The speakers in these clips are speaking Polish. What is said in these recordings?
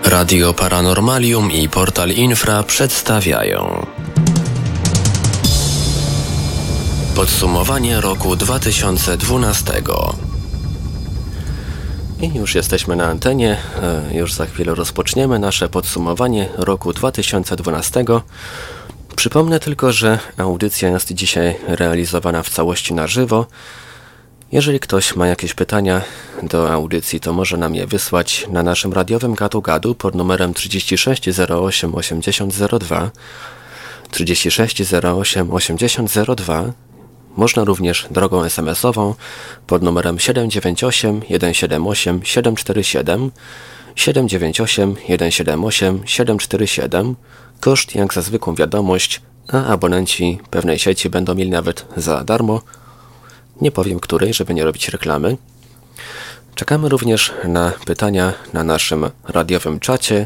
Radio Paranormalium i Portal Infra przedstawiają podsumowanie roku 2012. I już jesteśmy na antenie, już za chwilę rozpoczniemy nasze podsumowanie roku 2012. Przypomnę tylko, że audycja jest dzisiaj realizowana w całości na żywo. Jeżeli ktoś ma jakieś pytania do audycji, to może nam je wysłać na naszym radiowym gadu-gadu pod numerem 36 08 80 02, 36 08 80 02. Można również drogą SMS-ową pod numerem 798 178 747, 798 178 747. Koszt jak za zwykłą wiadomość, a abonenci pewnej sieci będą mieli nawet za darmo. Nie powiem której, żeby nie robić reklamy. Czekamy również na pytania na naszym radiowym czacie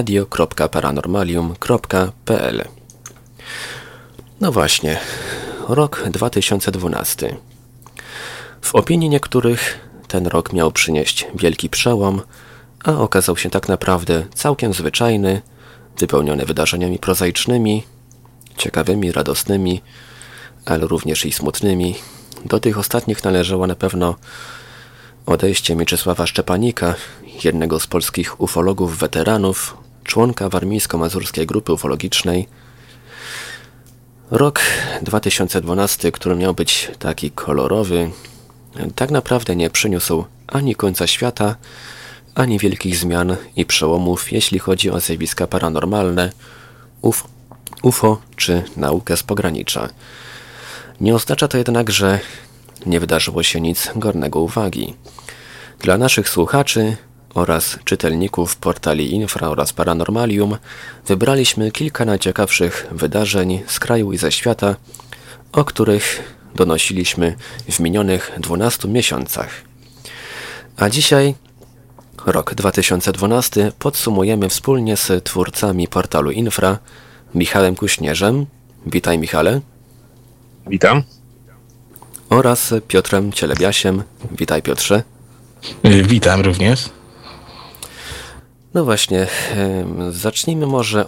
radio.paranormalium.pl. No właśnie, rok 2012. W opinii niektórych ten rok miał przynieść wielki przełom, a okazał się tak naprawdę całkiem zwyczajny, wypełniony wydarzeniami prozaicznymi, ciekawymi, radosnymi, ale również i smutnymi. Do tych ostatnich należało na pewno odejście Mieczysława Szczepanika, jednego z polskich ufologów weteranów, członka warmińsko-mazurskiej grupy ufologicznej. Rok 2012, który miał być taki kolorowy, tak naprawdę nie przyniósł ani końca świata, ani wielkich zmian i przełomów, jeśli chodzi o zjawiska paranormalne, UFO czy naukę z pogranicza. Nie oznacza to jednak, że nie wydarzyło się nic godnego uwagi. Dla naszych słuchaczy oraz czytelników portali Infra oraz Paranormalium wybraliśmy kilka najciekawszych wydarzeń z kraju i ze świata, o których donosiliśmy w minionych 12 miesiącach. A dzisiaj, rok 2012, podsumujemy wspólnie z twórcami portalu Infra, Michałem Kuśnierzem. Witaj, Michale. Witam. Oraz Piotrem Cielebiasiem. Witaj, Piotrze. Witam również. No właśnie, zacznijmy może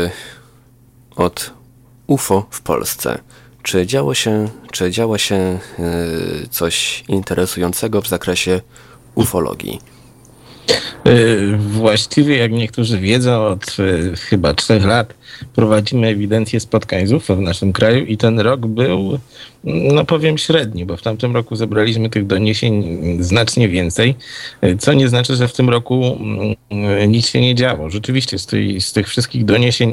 od UFO w Polsce. Czy działo się coś interesującego w zakresie ufologii? Właściwie, jak niektórzy wiedzą, od chyba 3 lat prowadzimy ewidencję spotkań z UFO w naszym kraju i ten rok był, no powiem, średni, bo w tamtym roku zebraliśmy tych doniesień znacznie więcej, co nie znaczy, że w tym roku nic się nie działo. Rzeczywiście z tych wszystkich doniesień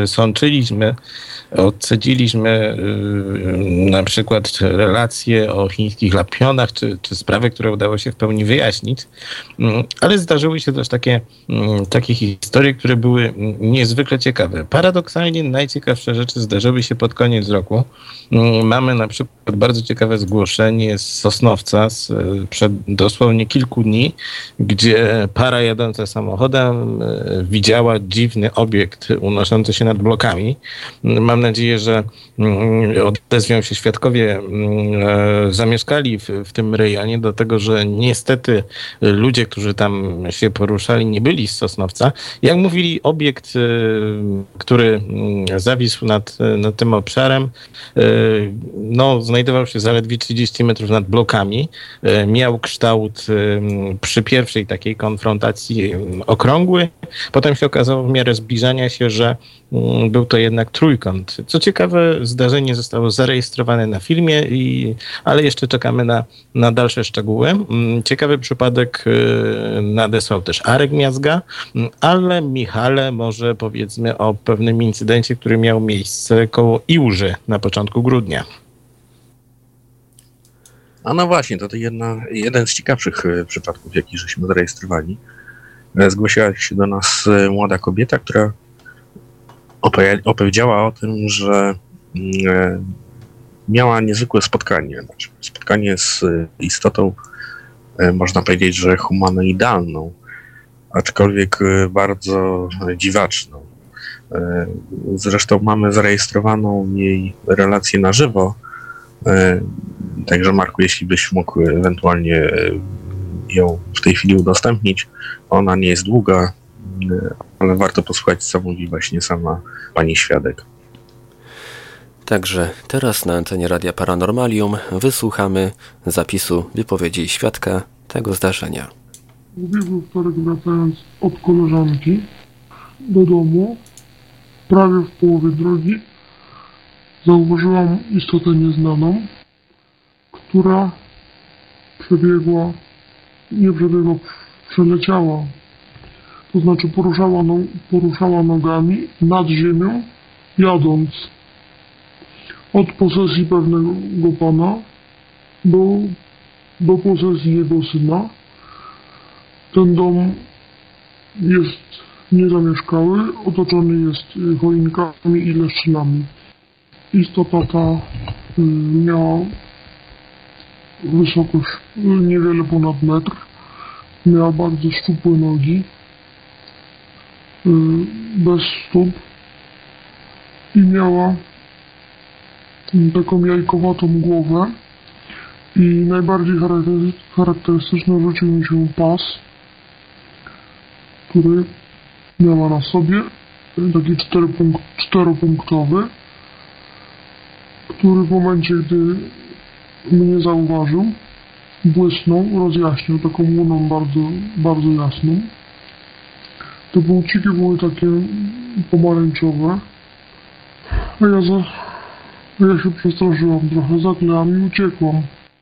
odcedziliśmy na przykład relacje o chińskich lapionach, czy sprawy, które udało się w pełni wyjaśnić, ale zdarzyły się też takie historie, które były niezwykle ciekawe. Paradoksalnie najciekawsze rzeczy zdarzyły się pod koniec roku. Mamy na przykład bardzo ciekawe zgłoszenie z Sosnowca sprzed dosłownie kilku dni, gdzie para jadąca samochodem widziała dziwny obiekt unoszący się nad blokami. Mam nadzieję, że odezwią się świadkowie zamieszkali w tym rejonie, dlatego że niestety ludzie, którzy tam się poruszali, nie byli z Sosnowca. Jak mówili, obiekt, który zawisł nad tym obszarem, znajdował się zaledwie 30 metrów nad blokami. Miał kształt przy pierwszej takiej konfrontacji okrągły. Potem się okazało w miarę zbliżania się, że był to jednak trójkąt. Co ciekawe, zdarzenie zostało zarejestrowane na filmie, ale jeszcze czekamy na dalsze szczegóły. Ciekawy przypadek nadesłał też Arek Miazga, ale Michale, może powiedzmy o pewnym incydencie, który miał miejsce koło Iłży na początku grudnia. A no właśnie, to jeden z ciekawszych przypadków, jaki żeśmy zarejestrowali. Zgłosiła się do nas młoda kobieta, która opowiedziała o tym, że miała niezwykłe spotkanie. Spotkanie z istotą, można powiedzieć, że humanoidalną, aczkolwiek bardzo dziwaczną. Zresztą mamy zarejestrowaną jej relację na żywo, także Marku, jeśli byś mógł ewentualnie ją w tej chwili udostępnić. Ona nie jest długa, ale warto posłuchać, co mówi właśnie sama pani świadek. Także teraz na antenie Radia Paranormalium wysłuchamy zapisu wypowiedzi świadka tego zdarzenia. W ubiegły wtorek, wracając od koleżanki do domu, prawie w połowie drogi zauważyłam istotę nieznaną, która przeleciała, to znaczy poruszała nogami nad ziemią, jadąc od posesji pewnego pana do posesji jego syna. Ten dom jest niezamieszkały, otoczony jest choinkami i leszczynami. Istota ta miała wysokość niewiele ponad metr, miała bardzo szczupłe nogi, bez stóp i miała taką jajkowatą głowę i najbardziej charakterystyczny rzucił mi się pas, który miała na sobie, taki czteropunktowy, który w momencie, gdy mnie zauważył, błysnął, rozjaśnił taką łuną bardzo, bardzo jasną. Te punkciki były takie pomarańczowe, a ja się przestraszyłam trochę, zaklęłam i uciekłam.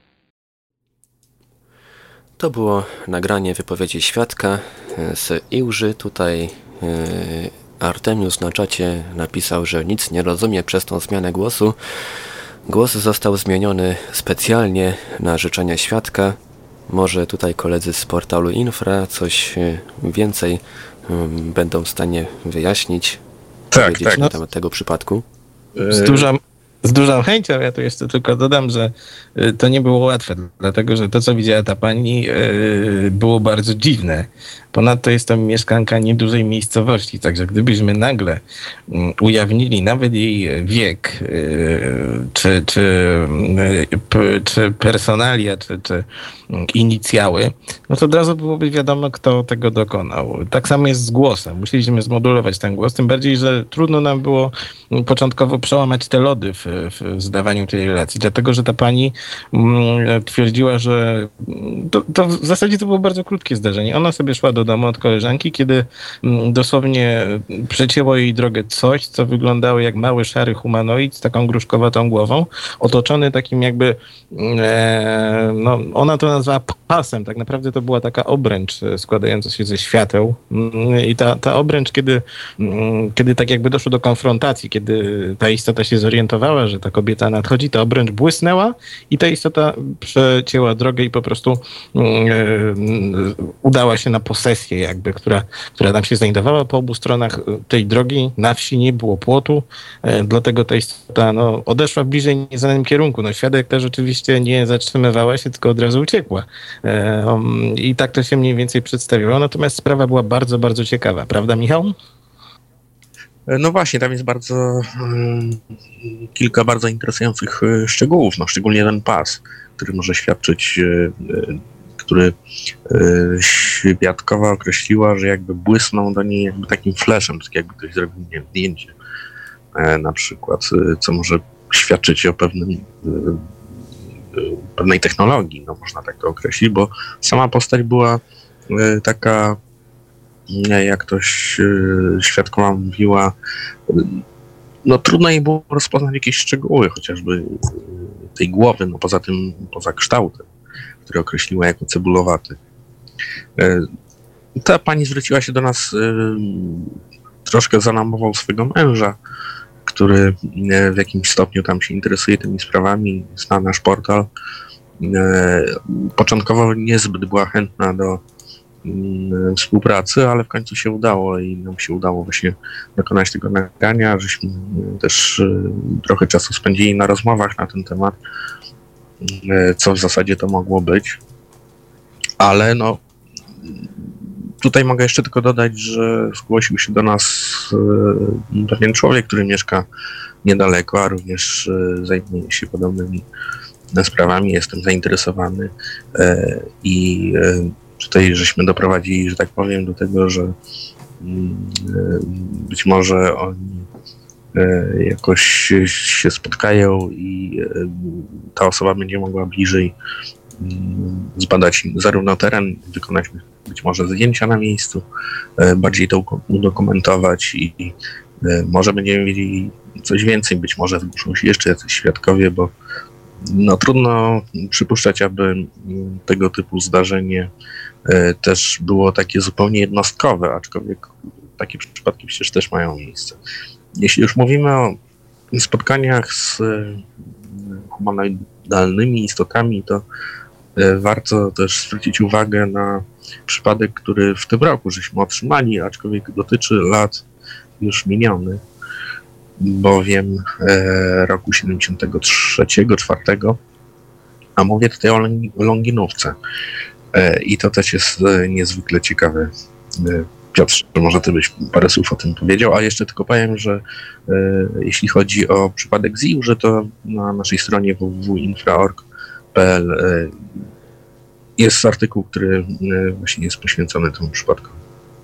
To było nagranie wypowiedzi świadka z Iłży. Tutaj Artemius na czacie napisał, że nic nie rozumie przez tą zmianę głosu. Głos został zmieniony specjalnie na życzenie świadka. Może tutaj koledzy z portalu Infra coś więcej będą w stanie wyjaśnić, powiedzieć na temat tego przypadku. Z dużą chęcią, ja tu jeszcze tylko dodam, że to nie było łatwe, dlatego że to, co widziała ta pani, było bardzo dziwne. Ponadto jest to mieszkanka niedużej miejscowości, także gdybyśmy nagle ujawnili nawet jej wiek, czy personalia, czy inicjały, no to od razu byłoby wiadomo, kto tego dokonał. Tak samo jest z głosem. Musieliśmy zmodulować ten głos, tym bardziej, że trudno nam było początkowo przełamać te lody w zdawaniu tej relacji, dlatego że ta pani twierdziła, że to w zasadzie to było bardzo krótkie zdarzenie. Ona sobie szła do domu od koleżanki, kiedy dosłownie przecięło jej drogę coś, co wyglądało jak mały, szary humanoid z taką gruszkowatą głową, otoczony takim jakby, ona to nazwała pasem. Tak naprawdę to była taka obręcz składająca się ze świateł i ta obręcz, kiedy tak jakby doszło do konfrontacji, kiedy ta istota się zorientowała, że ta kobieta nadchodzi, ta obręcz błysnęła i ta istota przecięła drogę i po prostu udała się na posesję jakby, która tam się znajdowała po obu stronach tej drogi. Na wsi nie było płotu, dlatego ta istota odeszła w bliżej nieznanym kierunku. Świadek też oczywiście nie zatrzymywała się, tylko od razu uciekła. I tak to się mniej więcej przedstawiło. Natomiast sprawa była bardzo, bardzo ciekawa. Prawda, Michał? No właśnie, tam jest kilka bardzo interesujących szczegółów, szczególnie ten pas, który może świadczyć, który świadkowa określiła, że jakby błysnął do niej jakby takim fleszem, tak jakby ktoś zrobił zdjęcie na przykład, co może świadczyć o pewnej technologii, można tak to określić, bo sama postać była taka, jak ktoś świadkowa mówiła, trudno jej było rozpoznać jakieś szczegóły, chociażby tej głowy, poza kształtem, który określiła jako cebulowaty. Ta pani zwróciła się do nas troszkę za namową swego męża, który w jakimś stopniu tam się interesuje tymi sprawami, zna nasz portal. Początkowo niezbyt była chętna do współpracy, ale w końcu się udało i nam się udało właśnie dokonać tego nagrania, żeśmy też trochę czasu spędzili na rozmowach na ten temat, co w zasadzie to mogło być, ale tutaj mogę jeszcze tylko dodać, że zgłosił się do nas pewien człowiek, który mieszka niedaleko, a również zajmuje się podobnymi sprawami, jestem zainteresowany i tutaj żeśmy doprowadzili, że tak powiem, do tego, że być może oni jakoś się spotkają i ta osoba będzie mogła bliżej zbadać zarówno teren, wykonać być może zdjęcia na miejscu, bardziej to udokumentować i może będziemy mieli coś więcej, być może zgłoszą się jeszcze jacyś świadkowie, bo no, trudno przypuszczać, aby tego typu zdarzenie też było takie zupełnie jednostkowe, aczkolwiek takie przypadki przecież też mają miejsce. Jeśli już mówimy o spotkaniach z humanoidalnymi istotami, to warto też zwrócić uwagę na przypadek, który w tym roku żeśmy otrzymali, aczkolwiek dotyczy lat już minionych, bowiem roku 73-4, a mówię tutaj o Longinówce. I to też jest niezwykle ciekawe. Piotr, może ty byś parę słów o tym powiedział, a jeszcze tylko powiem, że jeśli chodzi o przypadek ZIU, że to na naszej stronie www.infra.org.pl jest artykuł, który właśnie jest poświęcony temu przypadkowi.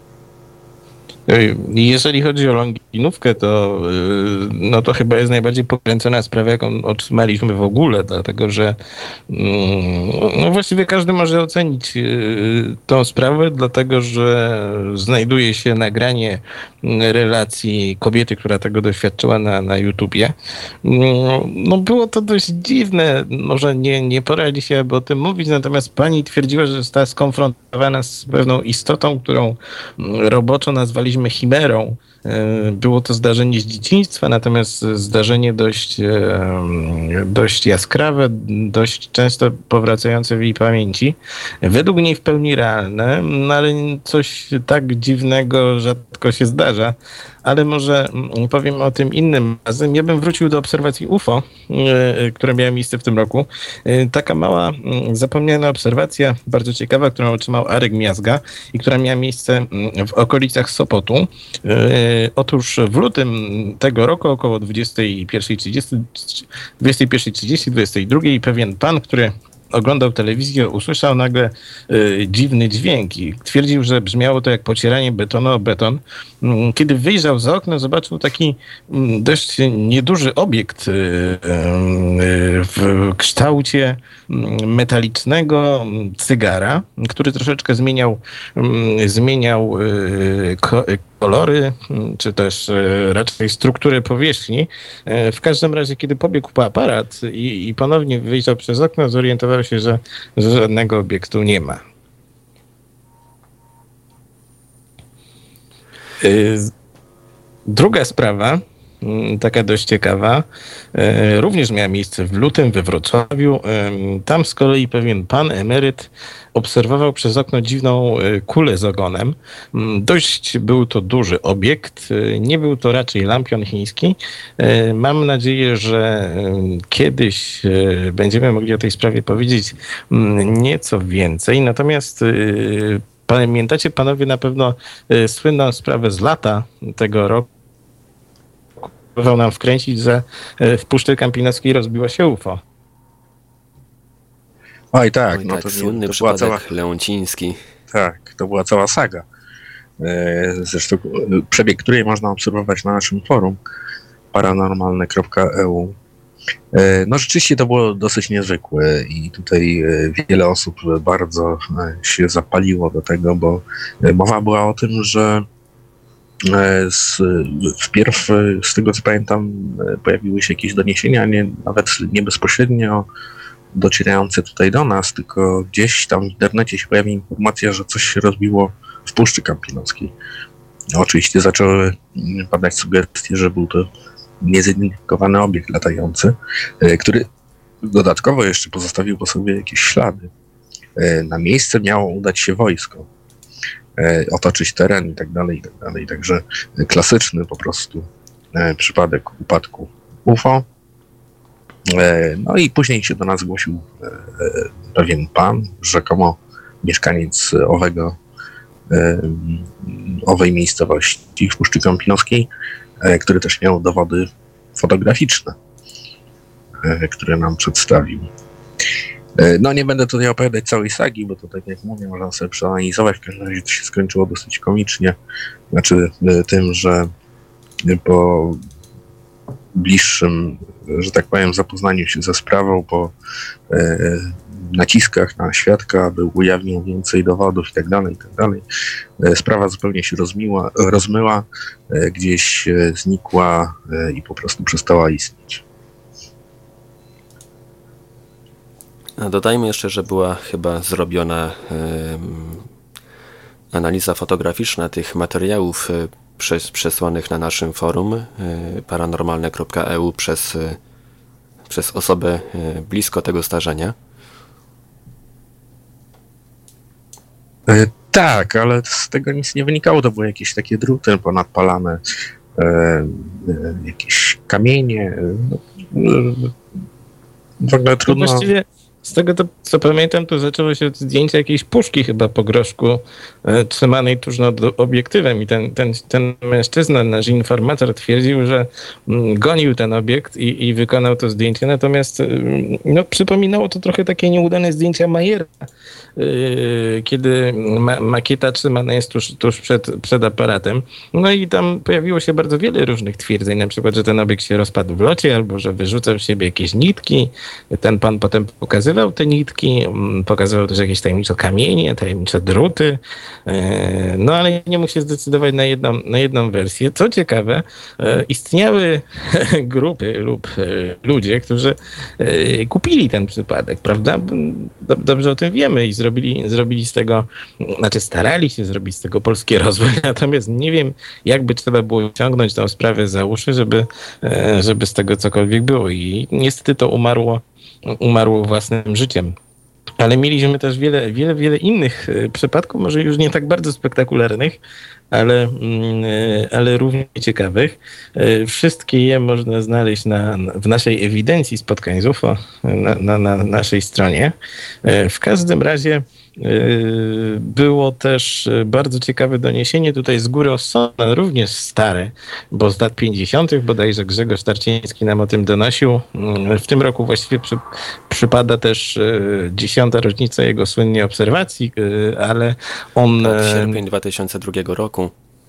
Jeżeli chodzi o Longinówkę, to, no to chyba jest najbardziej pokręcona sprawa, jaką otrzymaliśmy w ogóle, dlatego że no właściwie każdy może ocenić tą sprawę, dlatego że znajduje się nagranie relacji kobiety, która tego doświadczyła na YouTubie. No było to dość dziwne, może nie pora dzisiaj, aby o tym mówić, natomiast pani twierdziła, że została skonfrontowana z pewną istotą, którą roboczo nazwaliśmy chimerą. Było to zdarzenie z dzieciństwa, natomiast zdarzenie dość jaskrawe, dość często powracające w jej pamięci. Według niej w pełni realne, no ale coś tak dziwnego rzadko się zdarza. Ale może powiem o tym innym razem. Ja bym wrócił do obserwacji UFO, które miały miejsce w tym roku. Taka mała, zapomniana obserwacja, bardzo ciekawa, którą otrzymał Arek Miazga i która miała miejsce w okolicach Sopotu. Otóż w lutym tego roku około 21:30, 22 pewien pan, który oglądał telewizję, usłyszał nagle dziwny dźwięk i twierdził, że brzmiało to jak pocieranie betonu o beton. Kiedy wyjrzał za okno, zobaczył taki dość nieduży obiekt w kształcie metalicznego cygara, który troszeczkę zmieniał kolory, czy też raczej strukturę powierzchni. W każdym razie, kiedy pobiegł po aparat i ponownie wyjrzał przez okno, zorientował się, że żadnego obiektu nie ma. Druga sprawa, taka dość ciekawa, również miała miejsce w lutym we Wrocławiu. Tam z kolei pewien pan emeryt obserwował przez okno dziwną kulę z ogonem. Dość był to duży obiekt, nie był to raczej lampion chiński. Mam nadzieję, że kiedyś będziemy mogli o tej sprawie powiedzieć nieco więcej. Natomiast pamiętacie panowie na pewno słynną sprawę z lata tego roku. Próbował nam wkręcić, że w Puszczy Kampinoskiej rozbiło się UFO. Oj tak, Oj, no tak, to słynny to była przypadek cała, Leonciński. tak, to była cała saga. Zresztą przebieg której można obserwować na naszym forum paranormalne.eu. No rzeczywiście to było dosyć niezwykłe i tutaj wiele osób bardzo się zapaliło do tego, bo mowa była o tym, że wpierw, z tego co pamiętam, pojawiły się jakieś doniesienia, nawet nie bezpośrednio docierające tutaj do nas, tylko gdzieś tam w internecie się pojawi informacja, że coś się rozbiło w Puszczy Kampinoskiej. Oczywiście zaczęły padać sugestie, że był to niezidentyfikowany obiekt latający, który dodatkowo jeszcze pozostawił po sobie jakieś ślady. Na miejsce miało udać się wojsko, otoczyć teren i tak dalej. Także klasyczny po prostu przypadek upadku UFO. No i później się do nas zgłosił pewien pan, rzekomo mieszkaniec owej miejscowości w Puszczy Kampinoskiej, który też miał dowody fotograficzne, które nam przedstawił. No nie będę tutaj opowiadać całej sagi, bo to tak jak mówię, można sobie przeanalizować. W każdym razie to się skończyło dosyć komicznie. Znaczy tym, że po bliższym, że tak powiem, zapoznaniu się ze sprawą, po naciskach na świadka, aby ujawnił więcej dowodów i tak dalej, sprawa zupełnie się rozmyła, gdzieś znikła i po prostu przestała istnieć. A dodajmy jeszcze, że była chyba zrobiona analiza fotograficzna tych materiałów przesłanych na naszym forum paranormalne.eu przez osobę blisko tego zdarzenia. Tak, ale z tego nic nie wynikało. To były jakieś takie druty ponadpalane, jakieś kamienie. W ogóle trudno... Właściwie z tego, co pamiętam, to zaczęło się od zdjęcia jakiejś puszki chyba po groszku trzymanej tuż nad obiektywem i ten mężczyzna, nasz informator, twierdził, że gonił ten obiekt i wykonał to zdjęcie, natomiast przypominało to trochę takie nieudane zdjęcia Majera, kiedy makieta trzymana jest tuż przed aparatem. No i tam pojawiło się bardzo wiele różnych twierdzeń, na przykład, że ten obiekt się rozpadł w locie, albo że wyrzucał z siebie jakieś nitki. Ten pan potem pokazywał te nitki, pokazywał też jakieś tajemnicze kamienie, tajemnicze druty, no ale nie mógł się zdecydować na jedną wersję. Co ciekawe, istniały grupy lub ludzie, którzy kupili ten przypadek, prawda? Dobrze o tym wiemy i zrobili z tego, znaczy starali się zrobić z tego polski rozwój, natomiast nie wiem, jakby trzeba było ciągnąć tę sprawę za uszy, żeby z tego cokolwiek było i niestety to umarło własnym życiem. Ale mieliśmy też wiele innych przypadków, może już nie tak bardzo spektakularnych, ale równie ciekawych. Wszystkie je można znaleźć w naszej ewidencji spotkań z UFO na naszej stronie. W każdym razie było też bardzo ciekawe doniesienie tutaj z Góry Ossona, również stare, bo z lat 50. bodajże Grzegorz Tarczyński nam o tym donosił. W tym roku właściwie przypada też 10. rocznica jego słynnej obserwacji, ale on... Sierpień 2002 roku.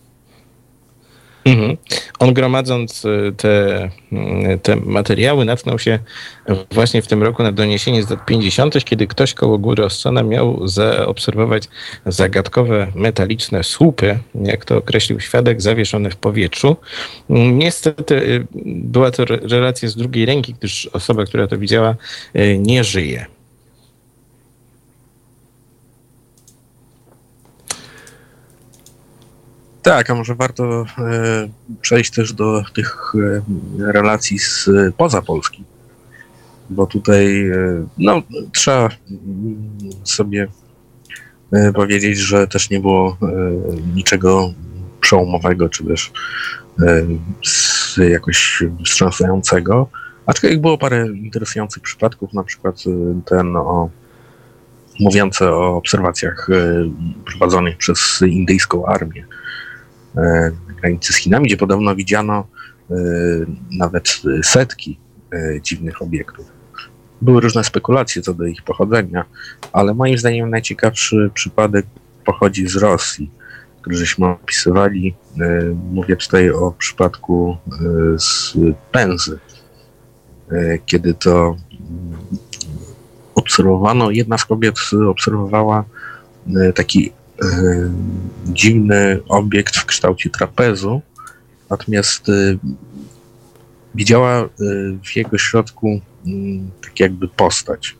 On gromadząc te materiały natknął się właśnie w tym roku na doniesienie z lat 50., kiedy ktoś koło Góry Ossona miał zaobserwować zagadkowe metaliczne słupy, jak to określił świadek, zawieszone w powietrzu. Niestety była to relacja z drugiej ręki, gdyż osoba, która to widziała, nie żyje. Tak, a może warto przejść też do tych relacji poza Polski, bo tutaj trzeba sobie powiedzieć, że też nie było niczego przełomowego, czy też jakoś wstrząsającego, aczkolwiek było parę interesujących przypadków, na przykład ten mówiący o obserwacjach prowadzonych przez indyjską armię na granicy z Chinami, gdzie podobno widziano nawet setki dziwnych obiektów. Były różne spekulacje co do ich pochodzenia, ale moim zdaniem najciekawszy przypadek pochodzi z Rosji, który żeśmy opisywali. Mówię tutaj o przypadku z Pęzy, kiedy to obserwowano, jedna z kobiet obserwowała taki dziwny obiekt w kształcie trapezu, natomiast widziała w jego środku tak jakby postać.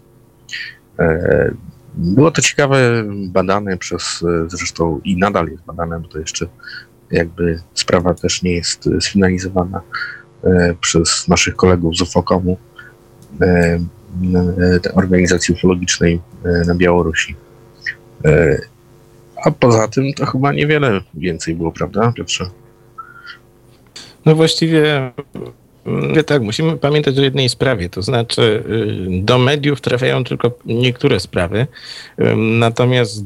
Było to ciekawe, badane zresztą i nadal jest badane, bo to jeszcze jakby sprawa też nie jest sfinalizowana przez naszych kolegów z UFOKOM-u, organizacji ufologicznej na Białorusi. A poza tym to chyba niewiele więcej było, prawda, Piotrze? No właściwie tak, musimy pamiętać o jednej sprawie, to znaczy do mediów trafiają tylko niektóre sprawy, natomiast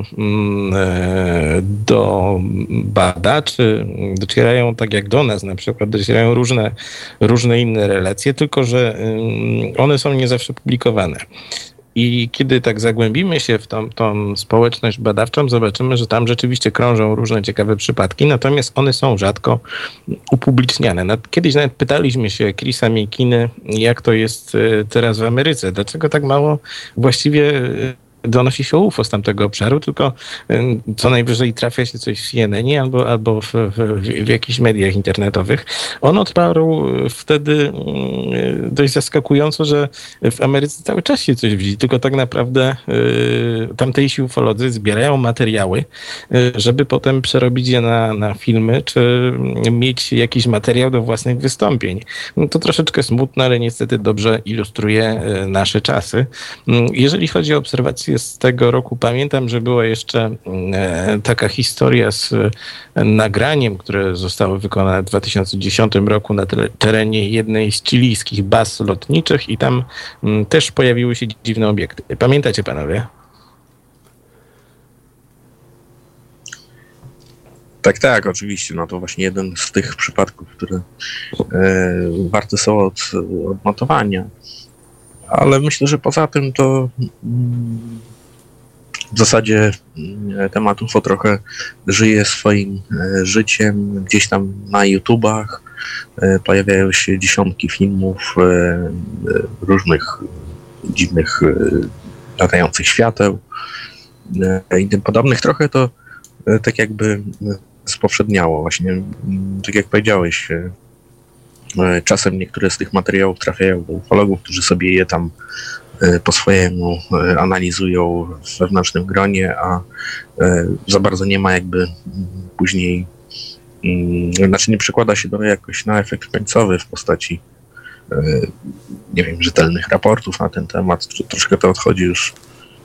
do badaczy docierają, tak jak do nas na przykład, docierają różne inne relacje, tylko że one są nie zawsze publikowane. I kiedy tak zagłębimy się w tą społeczność badawczą, zobaczymy, że tam rzeczywiście krążą różne ciekawe przypadki, natomiast one są rzadko upubliczniane. Kiedyś nawet pytaliśmy się Chrisa Miekiny, jak to jest teraz w Ameryce, dlaczego tak mało właściwie donosi się UFO z tamtego obszaru, tylko co najwyżej trafia się coś w CNN albo w jakichś mediach internetowych. On odparł wtedy dość zaskakująco, że w Ameryce cały czas się coś widzi, tylko tak naprawdę tamtejsi ufolodzy zbierają materiały, żeby potem przerobić je na filmy, czy mieć jakiś materiał do własnych wystąpień. To troszeczkę smutne, ale niestety dobrze ilustruje nasze czasy. Jeżeli chodzi o obserwacje z tego roku, pamiętam, że była jeszcze taka historia z nagraniem, które zostało wykonane w 2010 roku na terenie jednej z chilijskich baz lotniczych i tam też pojawiły się dziwne obiekty. Pamiętacie, panowie? Tak, oczywiście. No to właśnie jeden z tych przypadków, które warte są odnotowania. Ale myślę, że poza tym to w zasadzie temat UFO trochę żyje swoim życiem. Gdzieś tam na YouTubach pojawiają się dziesiątki filmów różnych dziwnych latających świateł i tym podobnych. Trochę to tak jakby spowszedniało właśnie, tak jak powiedziałeś, czasem niektóre z tych materiałów trafiają do ufologów, którzy sobie je tam po swojemu analizują w wewnętrznym gronie, a za bardzo nie ma jakby później, znaczy nie przekłada się to jakoś na efekt końcowy w postaci, nie wiem, rzetelnych raportów na ten temat. Troszkę to odchodzi już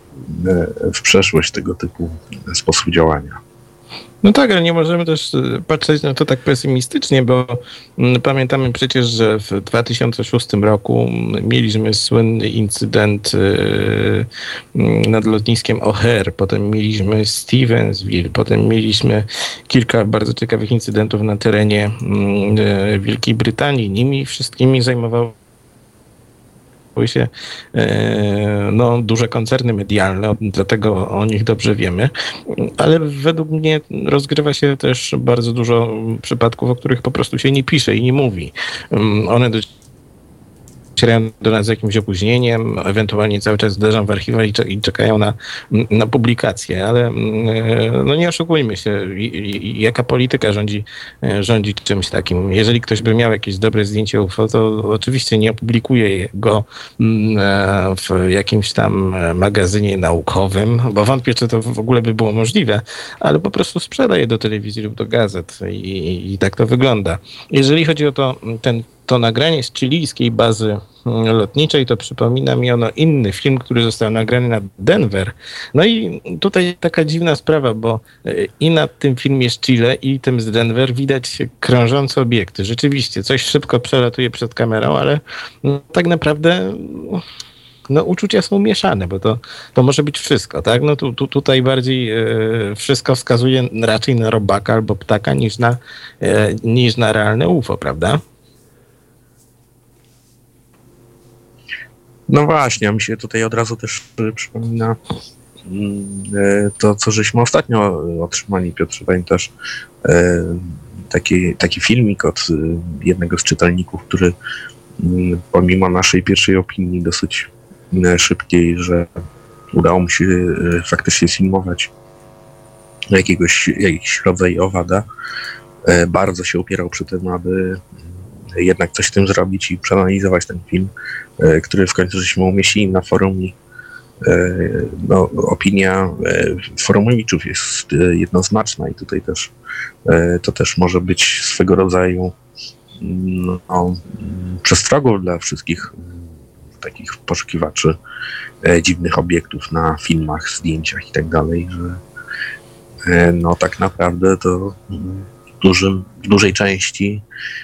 w przeszłość tego typu sposób działania. No tak, ale nie możemy też patrzeć na to tak pesymistycznie, bo pamiętamy przecież, że w 2006 roku mieliśmy słynny incydent nad lotniskiem O'Hare, potem mieliśmy Stevensville, potem mieliśmy kilka bardzo ciekawych incydentów na terenie Wielkiej Brytanii. Nimi wszystkimi zajmowały się duże koncerny medialne, dlatego o nich dobrze wiemy, ale według mnie rozgrywa się też bardzo dużo przypadków, o których po prostu się nie pisze i nie mówi. One docierają do nas z jakimś opóźnieniem, ewentualnie cały czas zderzą w archiwach i czekają na publikację, ale no nie oszukujmy się, jaka polityka rządzi czymś takim. Jeżeli ktoś by miał jakieś dobre zdjęcie UFO, to oczywiście nie opublikuje go w jakimś tam magazynie naukowym, bo wątpię, czy to w ogóle by było możliwe, ale po prostu sprzedaje je do telewizji lub do gazet i tak to wygląda. Jeżeli chodzi o to nagranie z chilijskiej bazy lotniczej, to przypomina mi ono inny film, który został nagrany nad Denver. No i tutaj taka dziwna sprawa, bo i na tym filmie z Chile i tym z Denver widać krążące obiekty. Rzeczywiście, coś szybko przelatuje przed kamerą, ale tak naprawdę uczucia są mieszane, bo to może być wszystko, tak? No tutaj bardziej wszystko wskazuje raczej na robaka albo ptaka niż na realne UFO, prawda? No właśnie, a mi się tutaj od razu też przypomina to, co żeśmy ostatnio otrzymali, Piotrze, pamiętasz, taki filmik od jednego z czytelników, który pomimo naszej pierwszej opinii dosyć szybkiej, że udało mu się faktycznie filmować jakiś rodzaj owada, bardzo się upierał przy tym, aby jednak coś z tym zrobić i przeanalizować ten film, który w końcu żeśmy umieścili na forum i opinia forumowiczów jest jednoznaczna i tutaj też to też może być swego rodzaju przestrogą dla wszystkich takich poszukiwaczy dziwnych obiektów na filmach, zdjęciach i tak dalej, że tak naprawdę to w dużej części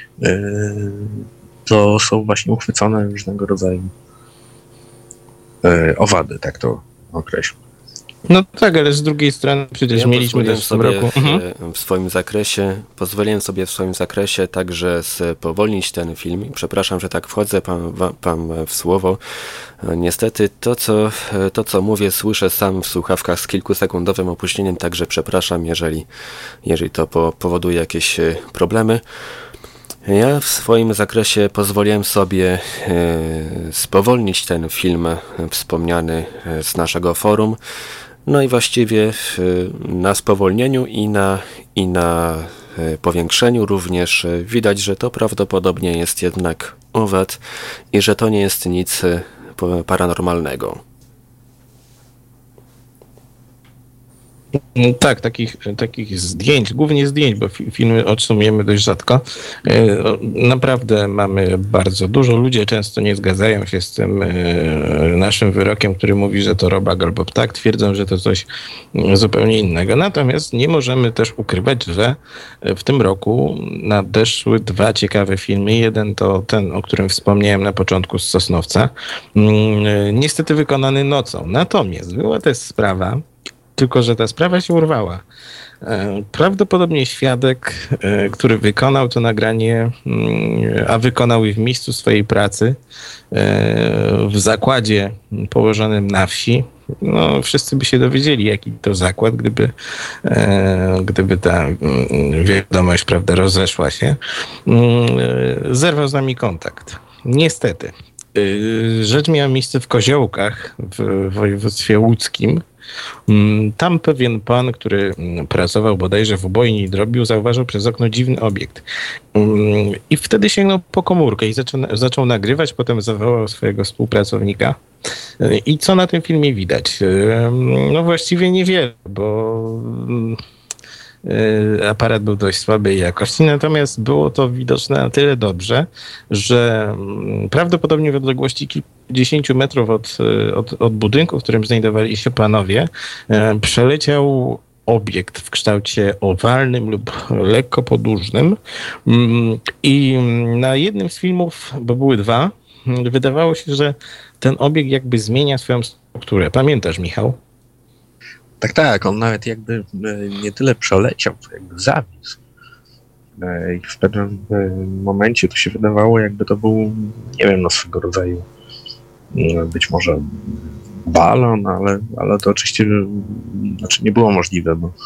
to są właśnie uchwycone różnego rodzaju owady, tak to określę. No tak, ale z drugiej strony przecież Ja mieliśmy też w tym roku... Pozwoliłem sobie w swoim zakresie także spowolnić ten film. Przepraszam, że tak wchodzę pan w słowo. Niestety to, co mówię, słyszę sam w słuchawkach z kilkusekundowym opóźnieniem, także przepraszam, jeżeli to powoduje jakieś problemy. Ja w swoim zakresie pozwoliłem sobie spowolnić ten film wspomniany z naszego forum. No i właściwie na spowolnieniu i na powiększeniu również widać, że to prawdopodobnie jest jednak owad i że to nie jest nic paranormalnego. Tak, takich zdjęć, głównie zdjęć, bo filmy otrzymujemy dość rzadko. Naprawdę mamy bardzo dużo. Ludzie często nie zgadzają się z tym naszym wyrokiem, który mówi, że to robak albo ptak. Twierdzą, że to coś zupełnie innego. Natomiast nie możemy też ukrywać, że w tym roku nadeszły dwa ciekawe filmy. Jeden to ten, o którym wspomniałem na początku, z Sosnowca. Niestety wykonany nocą. Natomiast była też sprawa, tylko że ta sprawa się urwała. Prawdopodobnie świadek, który wykonał to nagranie, a wykonał je w miejscu swojej pracy, w zakładzie położonym na wsi, no wszyscy by się dowiedzieli, jaki to zakład, gdyby ta wiadomość, prawda, rozeszła się. Zerwał z nami kontakt. Niestety. Rzecz miała miejsce w Koziołkach w województwie łódzkim. Tam pewien pan, który pracował bodajże w ubojni i drobił, zauważył przez okno dziwny obiekt. I wtedy sięgnął po komórkę i zaczął nagrywać, potem zawołał swojego współpracownika. I co na tym filmie widać? No właściwie niewiele, bo aparat był dość słabej jakości, natomiast było to widoczne na tyle dobrze, że prawdopodobnie w odległości kilkudziesięciu metrów od budynku, w którym znajdowali się panowie, przeleciał obiekt w kształcie owalnym lub lekko podłużnym i na jednym z filmów, bo były dwa, wydawało się, że ten obiekt jakby zmienia swoją strukturę. Pamiętasz, Michał? Tak, on nawet jakby nie tyle przeleciał, co jakby zawisł. I w pewnym momencie to się wydawało, jakby to był, nie wiem, no swego rodzaju być może balon, ale to oczywiście nie było możliwe, bo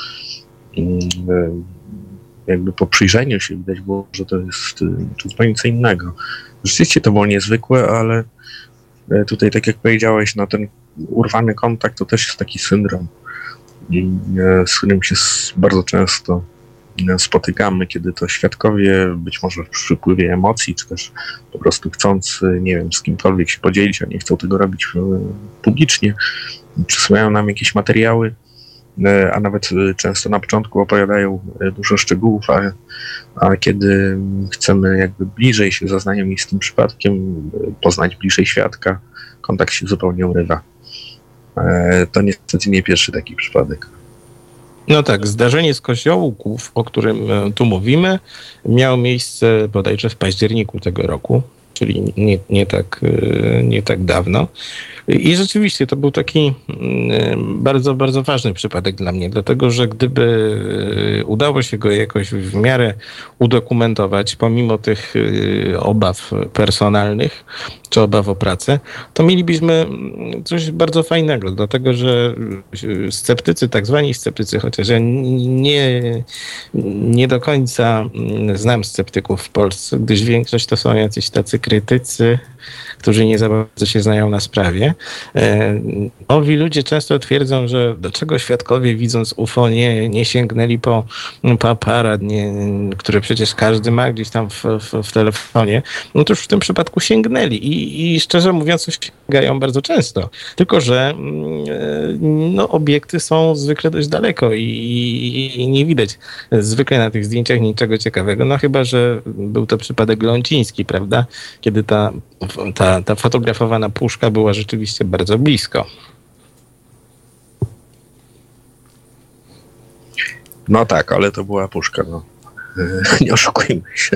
jakby po przyjrzeniu się widać było, że to jest zupełnie co innego. Rzeczywiście to było niezwykłe, ale tutaj, tak jak powiedziałeś, no ten urwany kontakt to też jest taki syndrom, z którym się bardzo często spotykamy, kiedy to świadkowie, być może w przypływie emocji, czy też po prostu chcąc, nie wiem, z kimkolwiek się podzielić, a nie chcą tego robić publicznie, przysyłają nam jakieś materiały, a nawet często na początku opowiadają dużo szczegółów, a kiedy chcemy jakby bliżej się zaznajomić z tym przypadkiem, poznać bliżej świadka, kontakt się zupełnie urywa. To niestety nie pierwszy taki przypadek. No tak, zdarzenie z Koziołków, o którym tu mówimy, miało miejsce bodajże w październiku tego roku, czyli nie tak dawno. I rzeczywiście to był taki bardzo, bardzo ważny przypadek dla mnie, dlatego że gdyby udało się go jakoś w miarę udokumentować, pomimo tych obaw personalnych, czy obaw o pracę, to mielibyśmy coś bardzo fajnego, dlatego że sceptycy, tak zwani sceptycy, chociaż ja nie do końca znam sceptyków w Polsce, gdyż większość to są jacyś tacy krytycy, którzy nie za bardzo się znają na sprawie. Owi ludzie często twierdzą, że dlaczego świadkowie, widząc UFO, nie sięgnęli po aparat, który przecież każdy ma gdzieś tam w telefonie. No to już w tym przypadku sięgnęli i szczerze mówiąc sięgają bardzo często. Tylko że no, obiekty są zwykle dość daleko i nie widać zwykle na tych zdjęciach niczego ciekawego. No chyba że był to przypadek ląciński, prawda? Kiedy ta fotografowana puszka była rzeczywiście bardzo blisko. No tak, ale to była puszka, no. Nie oszukujmy się.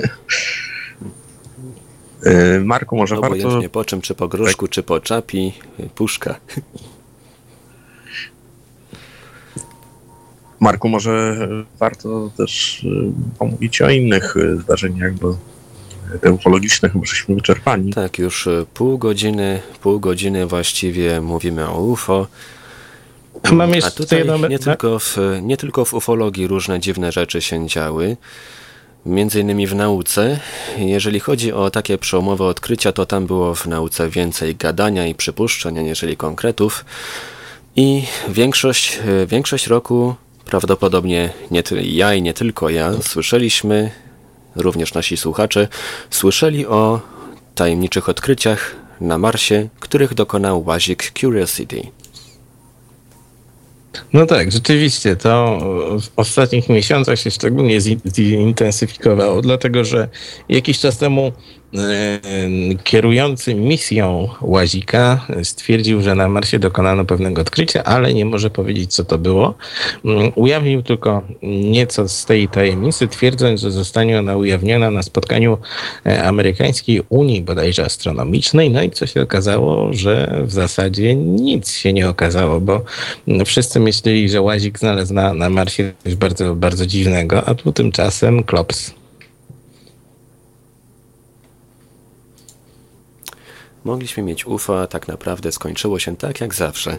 Marku, może warto... Obojętnie po czym, czy po gruszku, czy po czapi, puszka. Marku, może warto też pomówić o innych zdarzeniach, bo te ufologiczne chyba żeśmy wyczerpani. Tak, już pół godziny właściwie mówimy o UFO. Mam jeszcze A tutaj jedno... nie tylko w ufologii różne dziwne rzeczy się działy. Między innymi w nauce. Jeżeli chodzi o takie przełomowe odkrycia, to tam było w nauce więcej gadania i przypuszczeń, aniżeli konkretów. I większość roku, prawdopodobnie ja i nie tylko ja, słyszeliśmy, również nasi słuchacze, słyszeli o tajemniczych odkryciach na Marsie, których dokonał łazik Curiosity. No tak, rzeczywiście to w ostatnich miesiącach się szczególnie zintensyfikowało, dlatego że jakiś czas temu kierujący misją łazika stwierdził, że na Marsie dokonano pewnego odkrycia, ale nie może powiedzieć, co to było. Ujawnił tylko nieco z tej tajemnicy, twierdząc, że zostanie ona ujawniona na spotkaniu Amerykańskiej Unii bodajże Astronomicznej. No i co się okazało, że w zasadzie nic się nie okazało, bo wszyscy myśleli, że łazik znalazł na Marsie coś bardzo, bardzo dziwnego, a tu tymczasem klops. Mogliśmy mieć UFO, a tak naprawdę skończyło się tak jak zawsze.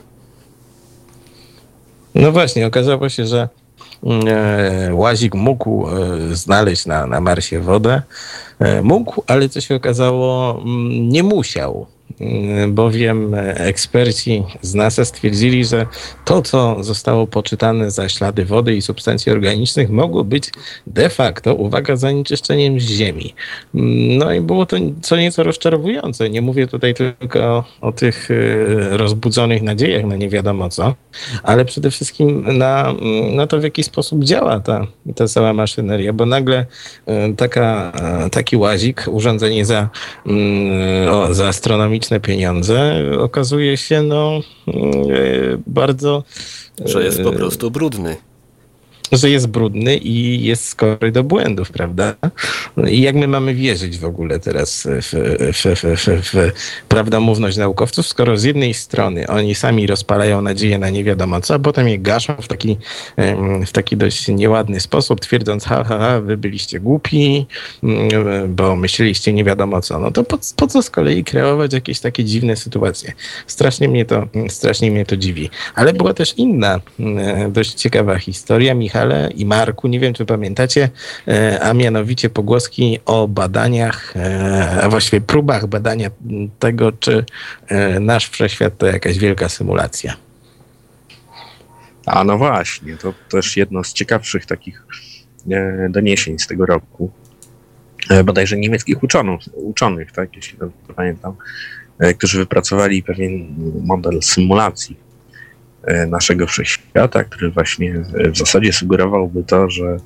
No właśnie, okazało się, że łazik mógł znaleźć na Marsie wodę. Mógł, ale co się okazało, nie musiał. Bowiem eksperci z NASA stwierdzili, że to, co zostało poczytane za ślady wody i substancji organicznych, mogło być de facto, uwaga, zanieczyszczeniem z Ziemi. No i było to co nieco rozczarowujące. Nie mówię tutaj tylko o tych rozbudzonych nadziejach na nie wiadomo co, ale przede wszystkim na to, w jaki sposób działa ta cała maszyneria, bo nagle taki łazik, urządzenie za astronomiczne pieniądze, okazuje się bardzo... Że jest po prostu brudny. Że jest brudny i jest skory do błędów, prawda? I jak my mamy wierzyć w ogóle teraz w prawdomówność naukowców, skoro z jednej strony oni sami rozpalają nadzieję na nie wiadomo co, a potem je gaszą w taki dość nieładny sposób, twierdząc, wy byliście głupi, bo myśleliście nie wiadomo co. No to po co z kolei kreować jakieś takie dziwne sytuacje? Strasznie mnie to dziwi. Ale była też inna dość ciekawa historia, Michale i Marku, nie wiem czy pamiętacie, a mianowicie pogłoski o badaniach, a właściwie próbach badania tego, czy nasz wszechświat to jakaś wielka symulacja. A no właśnie, to też jedno z ciekawszych takich doniesień z tego roku. Bodajże niemieckich uczonych, tak, jeśli dobrze pamiętam, którzy wypracowali pewien model symulacji naszego wszechświata, który właśnie w zasadzie sugerowałby to, że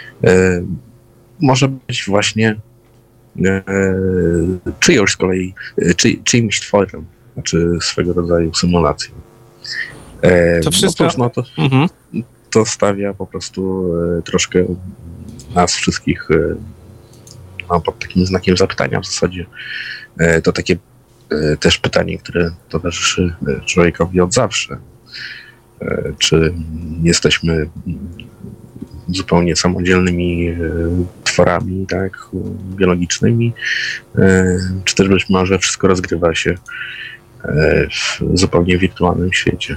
może być właśnie czyjąś z kolei, czyimś tworem, znaczy swego rodzaju symulacją. To wszystko... To stawia po prostu troszkę nas wszystkich pod takim znakiem zapytania w zasadzie. To takie też pytanie, które towarzyszy człowiekowi od zawsze. Czy jesteśmy zupełnie samodzielnymi tworami, tak, biologicznymi, czy też być może wszystko rozgrywa się w zupełnie wirtualnym świecie.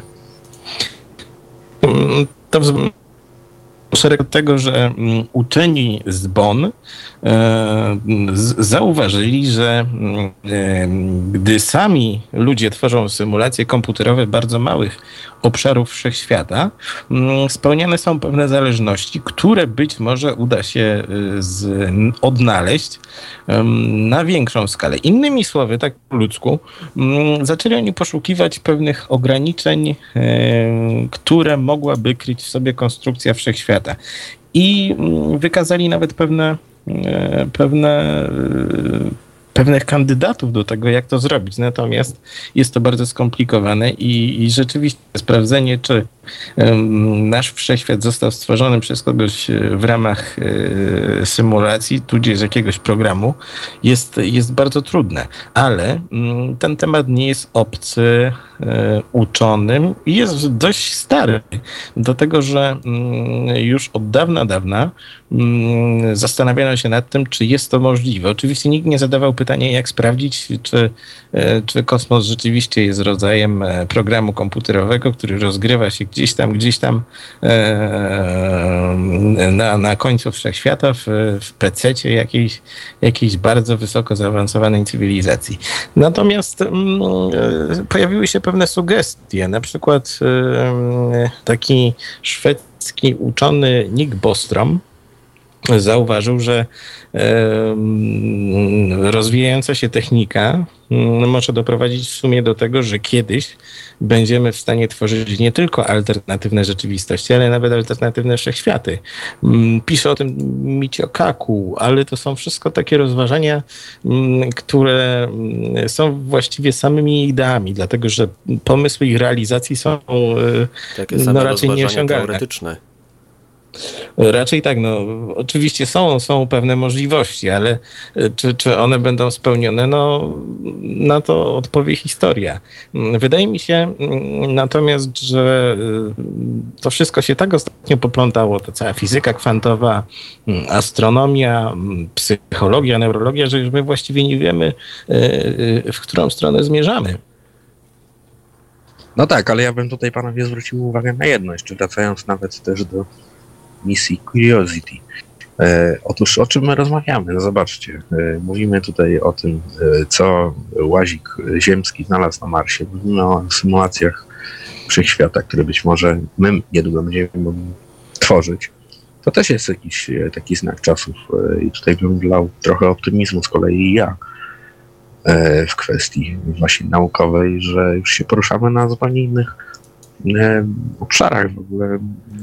To szereg tego, że uczeni z Bonn zauważyli, że gdy sami ludzie tworzą symulacje komputerowe bardzo małych obszarów wszechświata, spełniane są pewne zależności, które być może uda się odnaleźć na większą skalę. Innymi słowy, tak po ludzku, zaczęli oni poszukiwać pewnych ograniczeń, które mogłaby kryć w sobie konstrukcja wszechświata. I wykazali nawet pewnych kandydatów do tego, jak to zrobić. Natomiast jest to bardzo skomplikowane i rzeczywiście sprawdzenie, czy nasz wszechświat został stworzony przez kogoś w ramach symulacji, tudzież jakiegoś programu, jest bardzo trudne. Ale ten temat nie jest obcy uczonym i jest dość stary. Do tego, że już od dawna zastanawiano się nad tym, czy jest to możliwe. Oczywiście nikt nie zadawał pytania, jak sprawdzić, czy kosmos rzeczywiście jest rodzajem programu komputerowego, który rozgrywa się gdzieś tam na końcu wszechświata w pececie jakiejś bardzo wysoko zaawansowanej cywilizacji. Natomiast pojawiły się pewne sugestie. Na przykład taki szwedzki uczony Nick Bostrom zauważył, że rozwijająca się technika może doprowadzić w sumie do tego, że kiedyś będziemy w stanie tworzyć nie tylko alternatywne rzeczywistości, ale nawet alternatywne wszechświaty. Pisze o tym Michio Kaku, ale to są wszystko takie rozważania, które są właściwie samymi ideami, dlatego że pomysły ich realizacji są Takie same raczej nieosiągalne. teoretyczne. Raczej tak, oczywiście są pewne możliwości, ale czy one będą spełnione, na to odpowie historia. Wydaje mi się natomiast, że to wszystko się tak ostatnio poplątało, ta cała fizyka kwantowa, astronomia, psychologia, neurologia, że już my właściwie nie wiemy, w którą stronę zmierzamy. No tak, ale ja bym tutaj panowie zwrócił uwagę na jedno, jeszcze wracając nawet też do misji Curiosity. Otóż o czym my rozmawiamy? No zobaczcie, mówimy tutaj o tym, co łazik ziemski znalazł na Marsie. Mówimy o symulacjach wszechświata, które być może my niedługo będziemy mogli tworzyć. To też jest jakiś taki znak czasów i tutaj bym wlał trochę optymizmu z kolei ja w kwestii właśnie naukowej, że już się poruszamy na zupełnie innych obszarach w ogóle,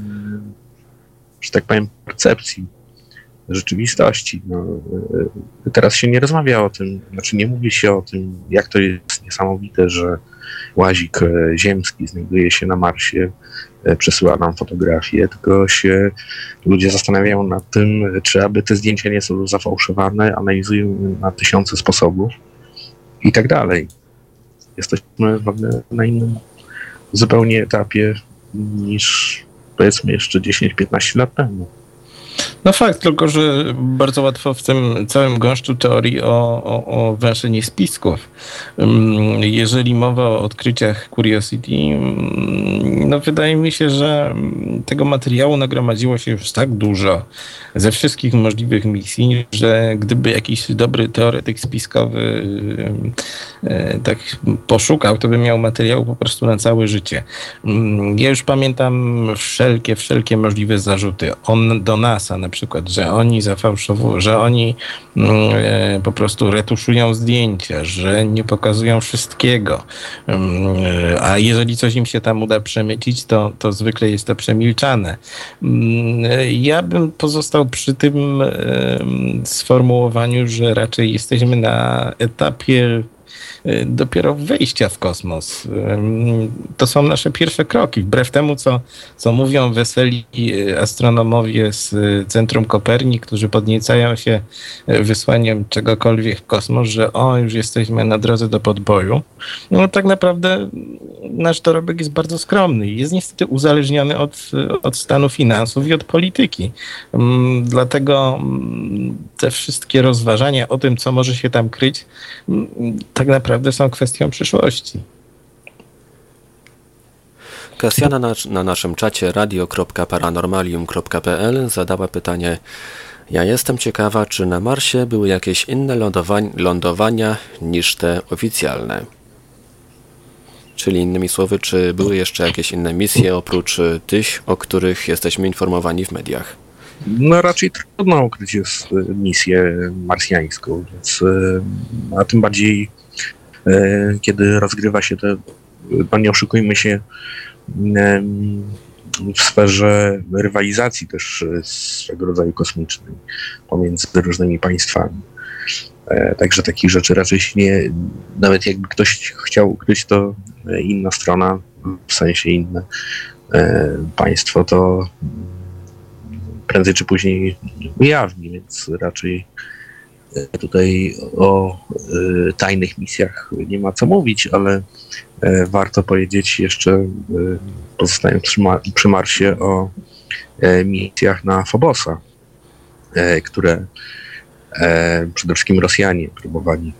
że tak powiem, percepcji rzeczywistości. Teraz się nie rozmawia o tym, znaczy nie mówi się o tym, jak to jest niesamowite, że łazik ziemski znajduje się na Marsie, przesyła nam fotografie, tylko się ludzie zastanawiają nad tym, czy aby te zdjęcia nie są zafałszowane, analizują na tysiące sposobów i tak dalej. Jesteśmy w ogóle na innym zupełnie etapie niż powiedzmy jeszcze 10-15 lat temu. No fakt, tylko że bardzo łatwo w tym całym gąszczu teorii o węszeniu spisków. Jeżeli mowa o odkryciach Curiosity, wydaje mi się, że tego materiału nagromadziło się już tak dużo ze wszystkich możliwych misji, że gdyby jakiś dobry teoretyk spiskowy tak poszukał, to by miał materiału po prostu na całe życie. Ja już pamiętam wszelkie możliwe zarzuty. Do NASA na przykład, że oni że oni po prostu retuszują zdjęcia, że nie pokazują wszystkiego. A jeżeli coś im się tam uda przemycić, to zwykle jest to przemilczane. Ja bym pozostał przy tym sformułowaniu, że raczej jesteśmy na etapie dopiero wejścia w kosmos. To są nasze pierwsze kroki. Wbrew temu, co mówią weseli astronomowie z Centrum Kopernik, którzy podniecają się wysłaniem czegokolwiek w kosmos, że już jesteśmy na drodze do podboju. Tak naprawdę nasz dorobek jest bardzo skromny i jest niestety uzależniony od stanu finansów i od polityki. Dlatego te wszystkie rozważania o tym, co może się tam kryć, tak naprawdę są kwestią przyszłości. Kasjana na naszym czacie radio.paranormalium.pl zadała pytanie: ja jestem ciekawa, czy na Marsie były jakieś inne lądowania niż te oficjalne? Czyli innymi słowy, czy były jeszcze jakieś inne misje oprócz tych, o których jesteśmy informowani w mediach? Raczej trudno ukryć jest misję marsjańską, więc a tym bardziej kiedy rozgrywa się nie oszukujmy się, w sferze rywalizacji też swego rodzaju kosmicznej pomiędzy różnymi państwami. Także takich rzeczy raczej się nie, nawet jakby ktoś chciał ukryć, to inna strona, w sensie inne państwo, to prędzej czy później ujawni, więc raczej tutaj o tajnych misjach nie ma co mówić, ale Warto powiedzieć jeszcze, pozostając przy Marsie, o misjach na Phobosa, które przede wszystkim Rosjanie próbowali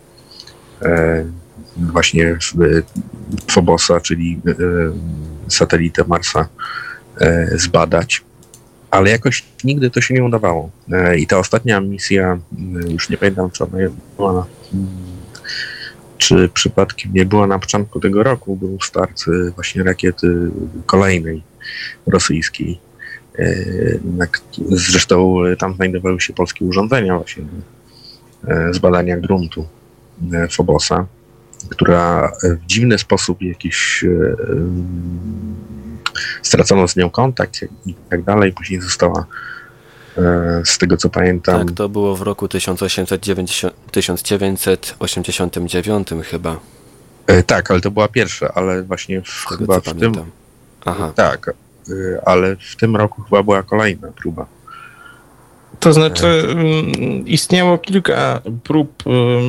właśnie Phobosa, czyli satelitę Marsa, zbadać, ale jakoś nigdy to się nie udawało. I ta ostatnia misja, już nie pamiętam, czy ona była czy przypadkiem nie była na początku tego roku, był start właśnie rakiety kolejnej rosyjskiej. Zresztą tam znajdowały się polskie urządzenia właśnie z badania gruntu Phobosa, która w dziwny sposób jakiś stracono z nią kontakt i tak dalej. Później została, z tego co pamiętam... Tak, to było w roku 1989 chyba. Tak, ale to była pierwsza, ale właśnie chyba w tym... Aha. Tak, ale w tym roku chyba była kolejna próba. To znaczy istniało kilka prób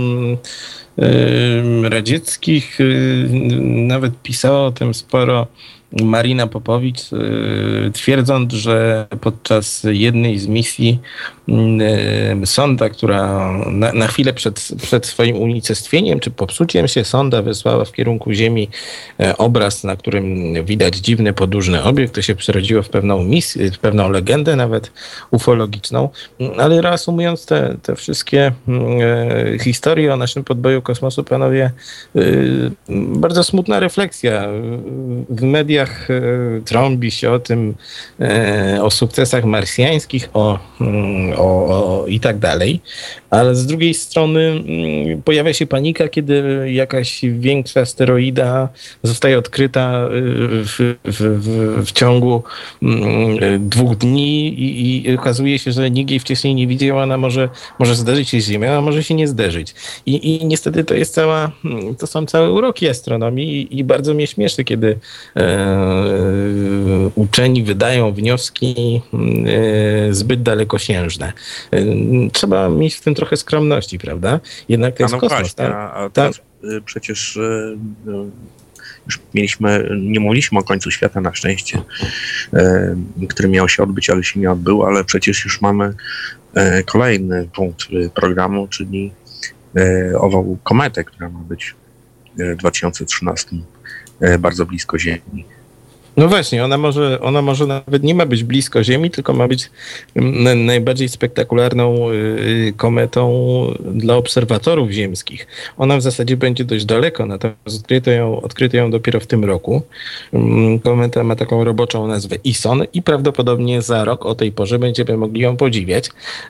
radzieckich, nawet pisała o tym sporo Marina Popowicz, twierdząc, że podczas jednej z misji sonda, która na chwilę przed swoim unicestwieniem czy popsuciem się, sonda wysłała w kierunku Ziemi obraz, na którym widać dziwny, podłużny obiekt. To się przerodziło w pewną misję, w pewną legendę nawet ufologiczną. Ale reasumując te wszystkie historie o naszym podboju kosmosu, panowie, bardzo smutna refleksja. W mediach trąbi się o tym, o sukcesach marsjańskich, i tak dalej, ale z drugiej strony pojawia się panika, kiedy jakaś większa asteroida zostaje odkryta w ciągu 2 dni i okazuje się, że nikt jej wcześniej nie widział, ona może zderzyć się z Ziemią, a może się nie zderzyć. I niestety to są całe uroki astronomii i bardzo mnie śmieszy, kiedy uczeni wydają wnioski zbyt dalekosiężne. Trzeba mieć w tym trochę skromności, prawda? Jednak to jest kosmos. Właśnie, a teraz przecież już nie mówiliśmy o końcu świata na szczęście, który miał się odbyć, ale się nie odbył, ale przecież już mamy kolejny punkt programu, czyli ową kometę, która ma być w 2013 bardzo blisko Ziemi. No właśnie, ona może nawet nie ma być blisko Ziemi, tylko ma być najbardziej spektakularną kometą dla obserwatorów ziemskich. Ona w zasadzie będzie dość daleko, natomiast odkryto ją dopiero w tym roku. Kometa ma taką roboczą nazwę ISON i prawdopodobnie za rok o tej porze będziemy mogli ją podziwiać.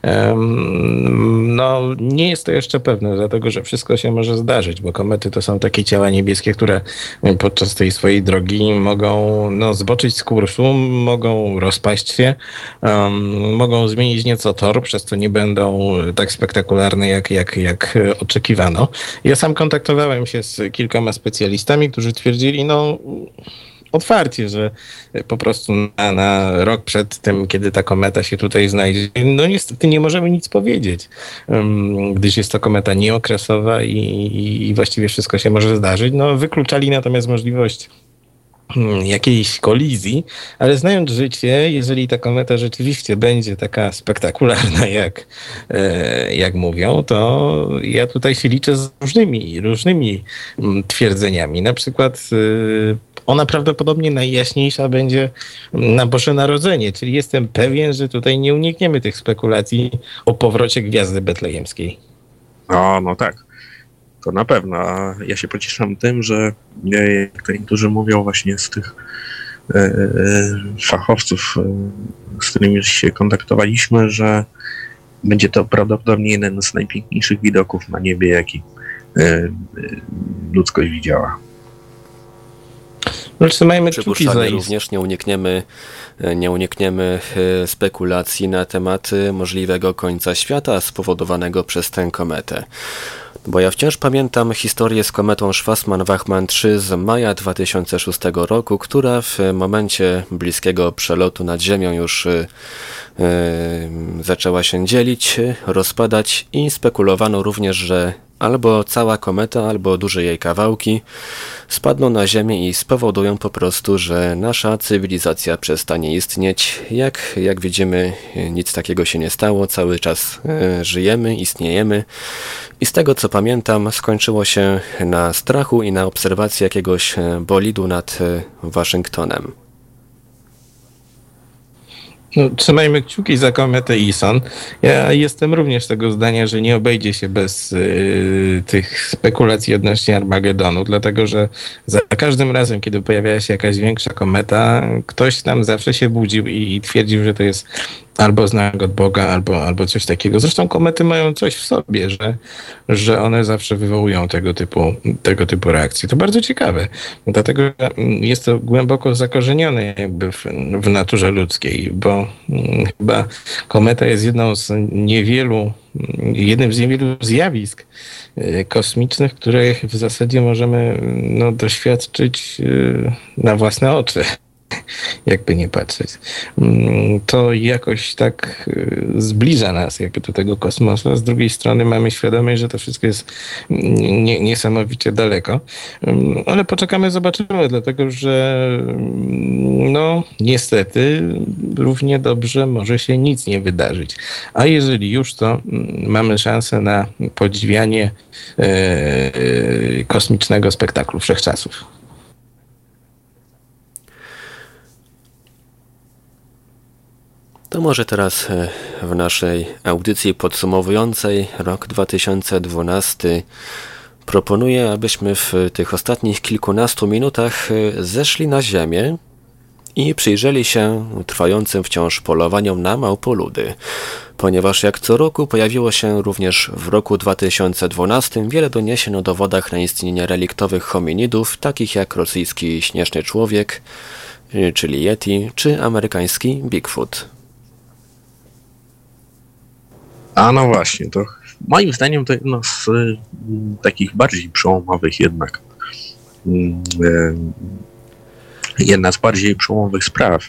No, nie jest to jeszcze pewne, dlatego że wszystko się może zdarzyć, bo komety to są takie ciała niebieskie, które podczas tej swojej drogi mogą zboczyć z kursu, mogą rozpaść się, mogą zmienić nieco tor, przez co nie będą tak spektakularne, jak oczekiwano. Ja sam kontaktowałem się z kilkoma specjalistami, którzy twierdzili, otwarcie, że po prostu na rok przed tym, kiedy ta kometa się tutaj znajdzie, niestety nie możemy nic powiedzieć, gdyż jest to kometa nieokresowa i właściwie wszystko się może zdarzyć. Wykluczali natomiast możliwość jakiejś kolizji, ale znając życie, jeżeli ta kometa rzeczywiście będzie taka spektakularna, jak mówią, to ja tutaj się liczę z różnymi twierdzeniami. Na przykład ona prawdopodobnie najjaśniejsza będzie na Boże Narodzenie, czyli jestem pewien, że tutaj nie unikniemy tych spekulacji o powrocie Gwiazdy Betlejemskiej. No tak. To na pewno. A ja się pocieszam tym, że jak to niektórzy mówią właśnie z tych fachowców, z którymi się kontaktowaliśmy, że będzie to prawdopodobnie jeden z najpiękniejszych widoków na niebie, jaki ludzkość widziała. Trzymajmy kciuki za również nie unikniemy spekulacji na temat możliwego końca świata spowodowanego przez tę kometę. Bo ja wciąż pamiętam historię z kometą Schwarzmann-Wachmann 3 z maja 2006 roku, która w momencie bliskiego przelotu nad Ziemią już zaczęła się dzielić, rozpadać i spekulowano również, że albo cała kometa, albo duże jej kawałki spadną na Ziemię i spowodują po prostu, że nasza cywilizacja przestanie istnieć. Jak widzimy, nic takiego się nie stało, cały czas żyjemy, istniejemy i z tego co pamiętam, skończyło się na strachu i na obserwacji jakiegoś bolidu nad Waszyngtonem. No, trzymajmy kciuki za kometę Ison. Ja jestem również tego zdania, że nie obejdzie się bez tych spekulacji odnośnie Armagedonu, dlatego że za każdym razem, kiedy pojawiała się jakaś większa kometa, ktoś tam zawsze się budził i twierdził, że to jest albo znak od Boga, albo coś takiego. Zresztą komety mają coś w sobie, że one zawsze wywołują tego typu reakcje. To bardzo ciekawe, dlatego że jest to głęboko zakorzenione jakby w naturze ludzkiej, bo chyba kometa jest jednym z niewielu zjawisk kosmicznych, których w zasadzie możemy doświadczyć na własne oczy. Jakby nie patrzeć. To jakoś tak zbliża nas jakby do tego kosmosu, a z drugiej strony mamy świadomość, że to wszystko jest niesamowicie daleko. Ale poczekamy, zobaczymy, dlatego że niestety równie dobrze może się nic nie wydarzyć. A jeżeli już, to mamy szansę na podziwianie kosmicznego spektaklu wszechczasów. To może teraz w naszej audycji podsumowującej rok 2012 proponuję, abyśmy w tych ostatnich kilkunastu minutach zeszli na Ziemię i przyjrzeli się trwającym wciąż polowaniom na małpoludy, ponieważ jak co roku pojawiło się również w roku 2012 wiele doniesień o dowodach na istnienie reliktowych hominidów, takich jak rosyjski śnieżny człowiek, czyli Yeti, czy amerykański Bigfoot. A no właśnie, to moim zdaniem to jedno z takich bardziej przełomowych jednak. Jedna z bardziej przełomowych spraw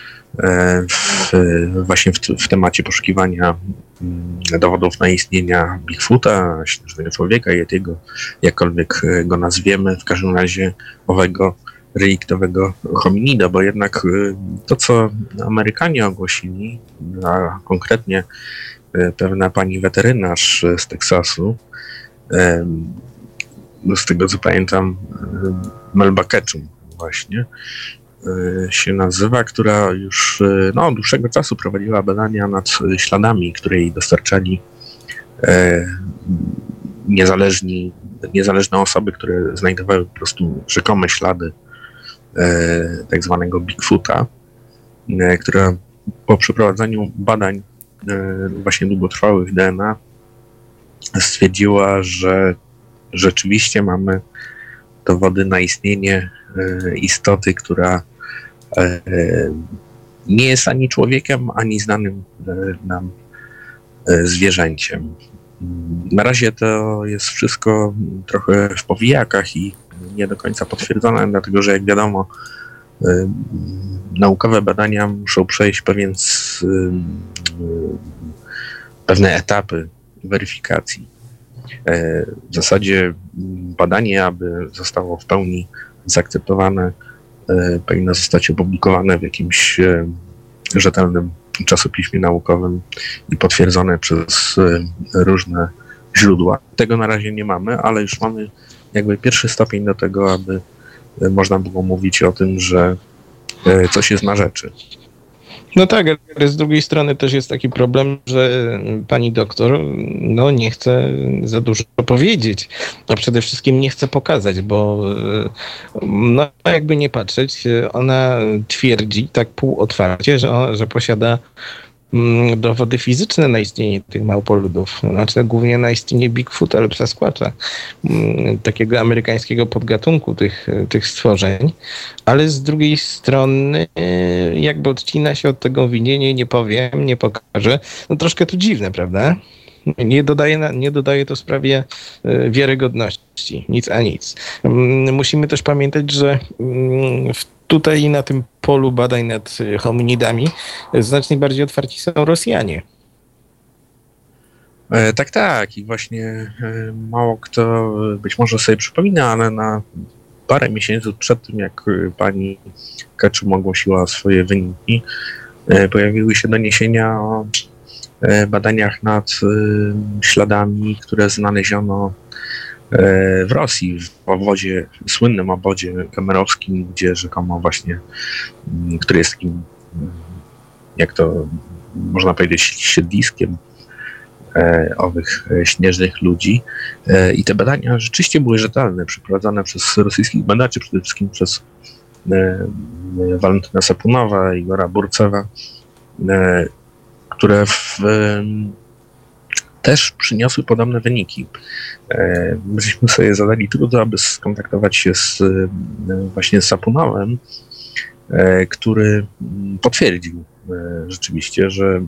właśnie w temacie poszukiwania dowodów na istnienia Bigfoota, śnieżnego człowieka, Yetiego, jakkolwiek go nazwiemy, w każdym razie owego reliktowego hominida, bo jednak to, co Amerykanie ogłosili, a konkretnie pewna pani weterynarz z Teksasu, z tego co pamiętam, Melba Ketchum właśnie się nazywa, która już od dłuższego czasu prowadziła badania nad śladami, które jej dostarczali niezależne osoby, które znajdowały po prostu rzekome ślady tak zwanego Bigfoota, która po przeprowadzeniu badań właśnie długotrwałych DNA stwierdziła, że rzeczywiście mamy dowody na istnienie istoty, która nie jest ani człowiekiem, ani znanym nam zwierzęciem. Na razie to jest wszystko trochę w powijakach i nie do końca potwierdzone, dlatego że jak wiadomo, naukowe badania muszą przejść pewne etapy weryfikacji. W zasadzie badanie, aby zostało w pełni zaakceptowane, powinno zostać opublikowane w jakimś rzetelnym czasopiśmie naukowym i potwierdzone przez różne źródła. Tego na razie nie mamy, ale już mamy jakby pierwszy stopień do tego, aby można było mówić o tym, że coś jest na rzeczy. No tak, ale z drugiej strony też jest taki problem, że pani doktor nie chce za dużo powiedzieć, a przede wszystkim nie chce pokazać, bo jakby nie patrzeć, ona twierdzi tak półotwarcie, że posiada dowody fizyczne na istnienie tych małpoludów, znaczy głównie na istnienie Bigfoota lub Sasquatcha, takiego amerykańskiego podgatunku tych stworzeń, ale z drugiej strony jakby odcina się od tego winienia, nie powiem, nie pokażę. Troszkę to dziwne, prawda? Nie dodaje to sprawie wiarygodności, nic a nic. Musimy też pamiętać, że tutaj na tym polu badań nad hominidami znacznie bardziej otwarci są Rosjanie. Tak, tak. I właśnie mało kto być może sobie przypomina, ale na parę miesięcy przed tym, jak pani Ketchum ogłosiła swoje wyniki, pojawiły się doniesienia o badaniach nad śladami, które znaleziono w Rosji, w obozie, słynnym obozie kamerowskim, gdzie rzekomo właśnie, który jest takim, jak to można powiedzieć, siedliskiem owych śnieżnych ludzi. I te badania rzeczywiście były rzetelne, przeprowadzone przez rosyjskich badaczy, przede wszystkim przez Walentyna Sapunowa, Igora Burcewa, które też przyniosły podobne wyniki. Myśmy sobie zadali trud, aby skontaktować się właśnie z Sapunowem, który potwierdził rzeczywiście, że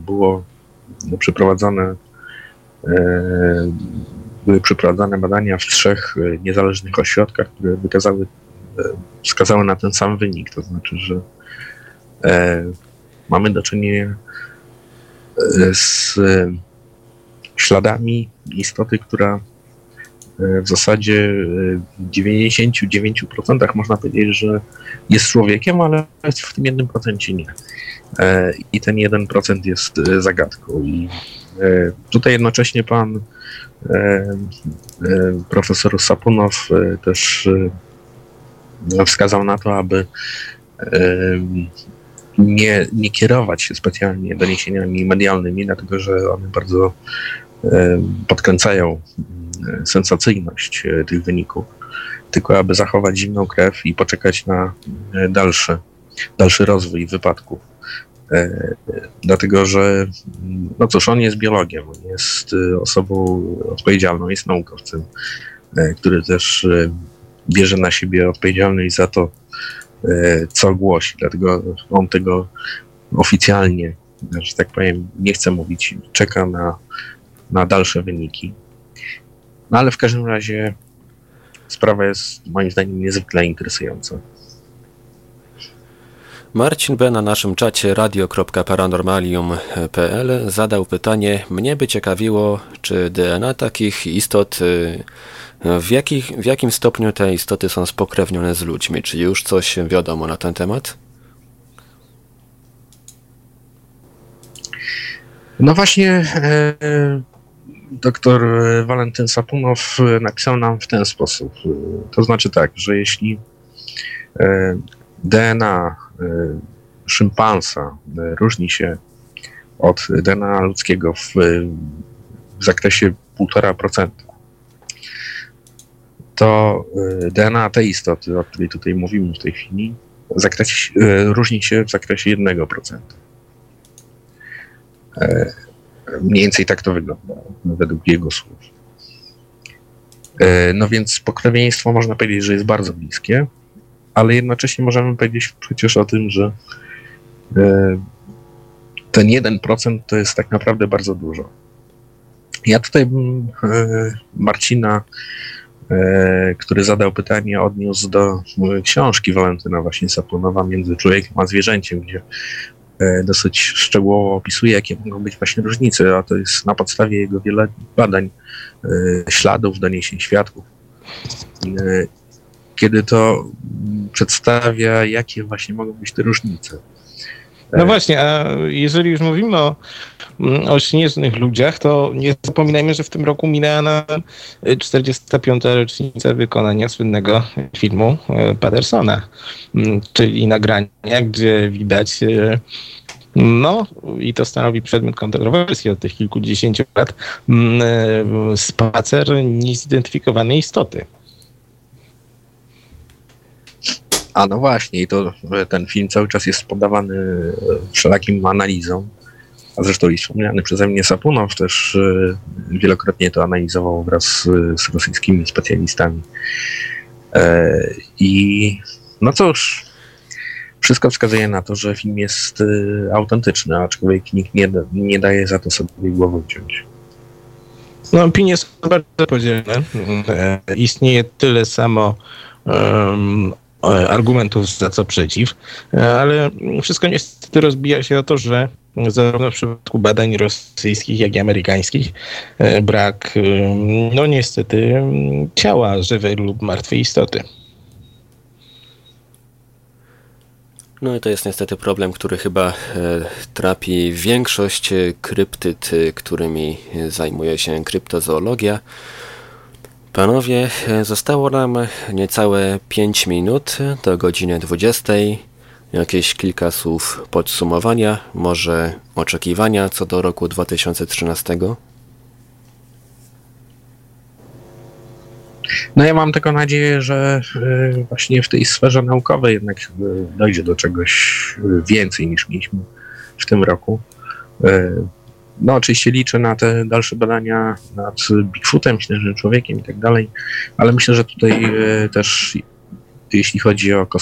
były przeprowadzane badania w 3 niezależnych ośrodkach, które wskazały na ten sam wynik. To znaczy, że mamy do czynienia z śladami istoty, która w zasadzie w 99% można powiedzieć, że jest człowiekiem, ale w tym 1% nie. I ten 1% jest zagadką. I tutaj jednocześnie pan profesor Sapunow też wskazał na to, aby nie kierować się specjalnie doniesieniami medialnymi, dlatego że one bardzo podkręcają sensacyjność tych wyników, tylko aby zachować zimną krew i poczekać na dalszy rozwój wypadków. Dlatego, że no cóż, on jest biologiem, on jest osobą odpowiedzialną, jest naukowcem, który też bierze na siebie odpowiedzialność za to, co głosi. Dlatego on tego oficjalnie, że tak powiem, nie chce mówić, czeka na dalsze wyniki. No ale w każdym razie sprawa jest moim zdaniem niezwykle interesująca. Marcin B. na naszym czacie radio.paranormalium.pl zadał pytanie: mnie by ciekawiło, czy DNA takich istot, w jakim stopniu te istoty są spokrewnione z ludźmi? Czy już coś wiadomo na ten temat? No właśnie doktor Walentyn Sapunow napisał nam w ten sposób. To znaczy tak, że jeśli DNA szympansa różni się od DNA ludzkiego w zakresie 1,5%, to DNA tej istoty, o której tutaj mówimy w tej chwili, różni się w zakresie 1%. Mniej więcej tak to wygląda, według jego słów. No więc pokrewieństwo można powiedzieć, że jest bardzo bliskie, ale jednocześnie możemy powiedzieć przecież o tym, że ten 1% to jest tak naprawdę bardzo dużo. Ja tutaj bym Marcina, który zadał pytanie, odniósł do książki Walentyna właśnie Sapunowa Między człowiekiem a zwierzęciem, gdzie dosyć szczegółowo opisuje, jakie mogą być właśnie różnice, a to jest na podstawie jego wielu badań, śladów, doniesień świadków, kiedy to przedstawia, jakie właśnie mogą być te różnice. No właśnie, a jeżeli już mówimy o śnieżnych ludziach, to nie zapominajmy, że w tym roku minęła nam 45. rocznica wykonania słynnego filmu Patersona, czyli nagrania, gdzie widać, no i to stanowi przedmiot kontrowersji od tych kilkudziesięciu lat, spacer niezidentyfikowanej istoty. A no właśnie, i to ten film cały czas jest poddawany wszelakim analizom, a zresztą i wspomniany przeze mnie Sapunow też wielokrotnie to analizował wraz z rosyjskimi specjalistami. I no cóż, wszystko wskazuje na to, że film jest autentyczny, aczkolwiek nikt nie daje za to sobie głowy wziąć. No, opinie są bardzo podzielne. Istnieje tyle samo argumentów za co przeciw, ale wszystko niestety rozbija się o to, że zarówno w przypadku badań rosyjskich, jak i amerykańskich, brak, no niestety, ciała żywej lub martwej istoty. No i to jest niestety problem, który chyba trapi większość kryptyd, którymi zajmuje się kryptozoologia. Panowie, zostało nam niecałe 5 minut do godziny 20. Jakieś kilka słów podsumowania, może oczekiwania co do roku 2013? No ja mam tylko nadzieję, że właśnie w tej sferze naukowej jednak dojdzie do czegoś więcej niż mieliśmy w tym roku. No oczywiście liczę na te dalsze badania nad Bigfootem, śnieżnym człowiekiem i tak dalej, ale myślę, że tutaj też jeśli chodzi o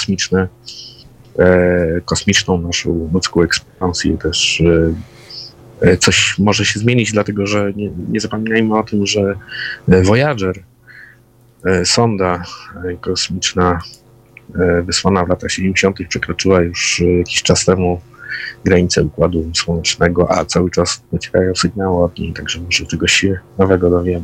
kosmiczną naszą ludzką ekspansję też coś może się zmienić, dlatego że nie zapominajmy o tym, że Voyager, sonda kosmiczna wysłana w latach 70. przekroczyła już jakiś czas temu granicę Układu Słonecznego, a cały czas docierają sygnały od niej, także może czegoś się nowego dowiemy.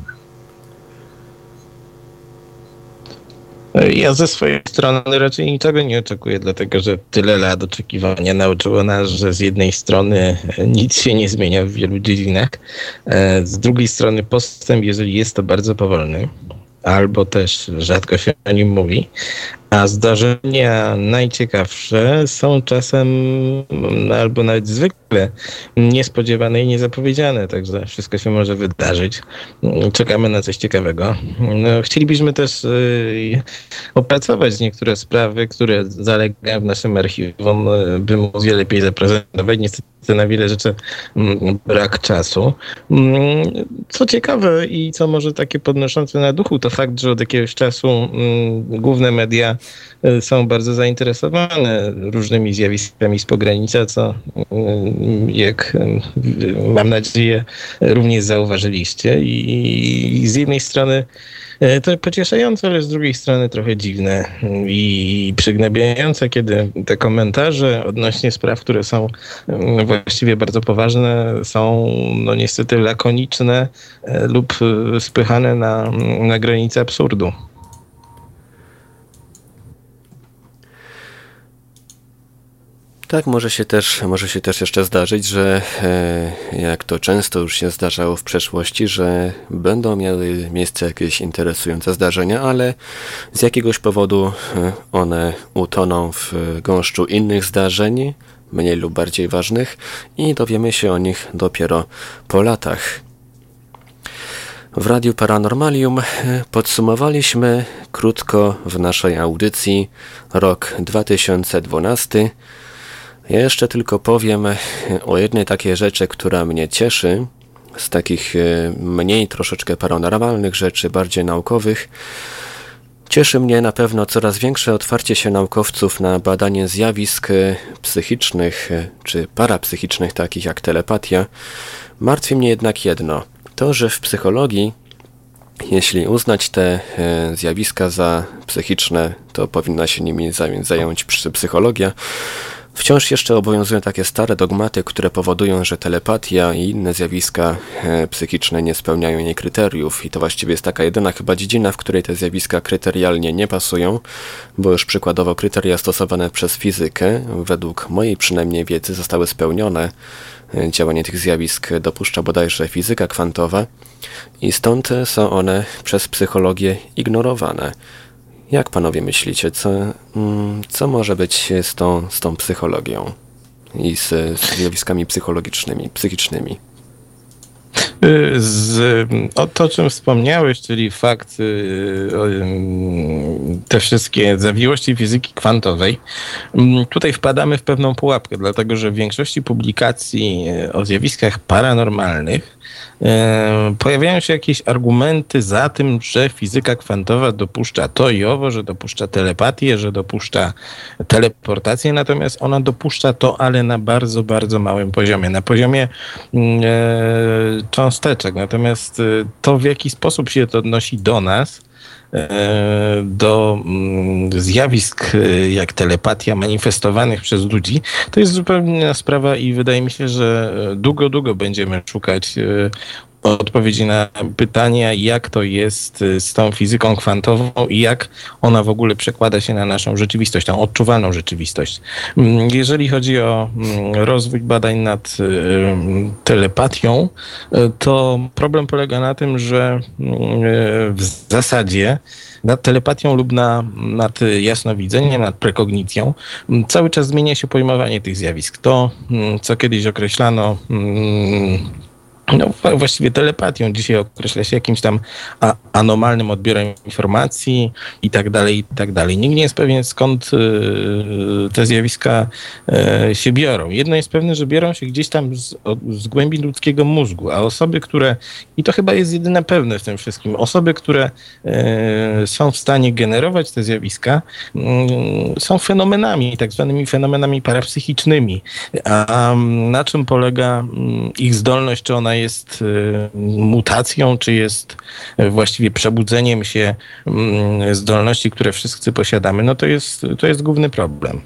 Ja ze swojej strony raczej niczego nie oczekuję, dlatego że tyle lat oczekiwania nauczyło nas, że z jednej strony nic się nie zmienia w wielu dziedzinach, z drugiej strony postęp, jeżeli jest to bardzo powolny, albo też rzadko się o nim mówi, a zdarzenia najciekawsze są czasem albo nawet zwykle niespodziewane i niezapowiedziane, także wszystko się może wydarzyć. Czekamy na coś ciekawego. No, chcielibyśmy też opracować niektóre sprawy, które zalegają w naszym archiwum, by móc je lepiej zaprezentować. Niestety na wiele rzeczy brak czasu. Co ciekawe i co może takie podnoszące na duchu, to fakt, że od jakiegoś czasu główne media są bardzo zainteresowane różnymi zjawiskami z pogranicza, co jak mam nadzieję również zauważyliście i z jednej strony to pocieszające, ale z drugiej strony trochę dziwne i przygnębiające, kiedy te komentarze odnośnie spraw, które są właściwie bardzo poważne, są no niestety lakoniczne lub spychane na granicę absurdu. Tak, może się też jeszcze zdarzyć, że jak to często już się zdarzało w przeszłości, że będą miały miejsce jakieś interesujące zdarzenia, ale z jakiegoś powodu one utoną w gąszczu innych zdarzeń, mniej lub bardziej ważnych, i dowiemy się o nich dopiero po latach. W Radiu Paranormalium podsumowaliśmy krótko w naszej audycji rok 2012. Ja jeszcze tylko powiem o jednej takiej rzeczy, która mnie cieszy, z takich mniej troszeczkę paranormalnych rzeczy, bardziej naukowych. Cieszy mnie na pewno coraz większe otwarcie się naukowców na badanie zjawisk psychicznych czy parapsychicznych, takich jak telepatia. Martwi mnie jednak jedno, to że w psychologii, jeśli uznać te zjawiska za psychiczne, to powinna się nimi zająć psychologia. Wciąż jeszcze obowiązują takie stare dogmaty, które powodują, że telepatia i inne zjawiska psychiczne nie spełniają jej kryteriów i to właściwie jest taka jedyna chyba dziedzina, w której te zjawiska kryterialnie nie pasują, bo już przykładowo kryteria stosowane przez fizykę, według mojej przynajmniej wiedzy, zostały spełnione. Działanie tych zjawisk dopuszcza bodajże fizyka kwantowa i stąd są one przez psychologię ignorowane. Jak panowie myślicie, co może być z tą psychologią i z zjawiskami psychicznymi? O to, o czym wspomniałeś, czyli fakt, te wszystkie zawiłości fizyki kwantowej, tutaj wpadamy w pewną pułapkę, dlatego że w większości publikacji o zjawiskach paranormalnych pojawiają się jakieś argumenty za tym, że fizyka kwantowa dopuszcza to i owo, że dopuszcza telepatię, że dopuszcza teleportację, natomiast ona dopuszcza to, ale na bardzo, bardzo małym poziomie, na poziomie cząsteczek. Natomiast to, w jaki sposób się to odnosi do nas, do zjawisk jak telepatia manifestowanych przez ludzi, to jest zupełnie inna sprawa i wydaje mi się, że długo będziemy szukać odpowiedzi na pytania, jak to jest z tą fizyką kwantową i jak ona w ogóle przekłada się na naszą rzeczywistość, tą odczuwalną rzeczywistość. Jeżeli chodzi o rozwój badań nad telepatią, to problem polega na tym, że w zasadzie nad telepatią lub nad jasnowidzeniem, nad prekognicją cały czas zmienia się pojmowanie tych zjawisk. To, co kiedyś określano właściwie telepatią, dzisiaj określa się jakimś tam anomalnym odbiorem informacji i tak dalej, i tak dalej. Nikt nie jest pewien, skąd te zjawiska się biorą. Jedno jest pewne, że biorą się gdzieś tam z głębi ludzkiego mózgu, a osoby, które, i to chyba jest jedyne pewne w tym wszystkim, osoby, które są w stanie generować te zjawiska, są fenomenami, tak zwanymi fenomenami parapsychicznymi. A na czym polega ich zdolność, czy ona jest mutacją, czy jest właściwie przebudzeniem się zdolności, które wszyscy posiadamy, no to jest główny problem.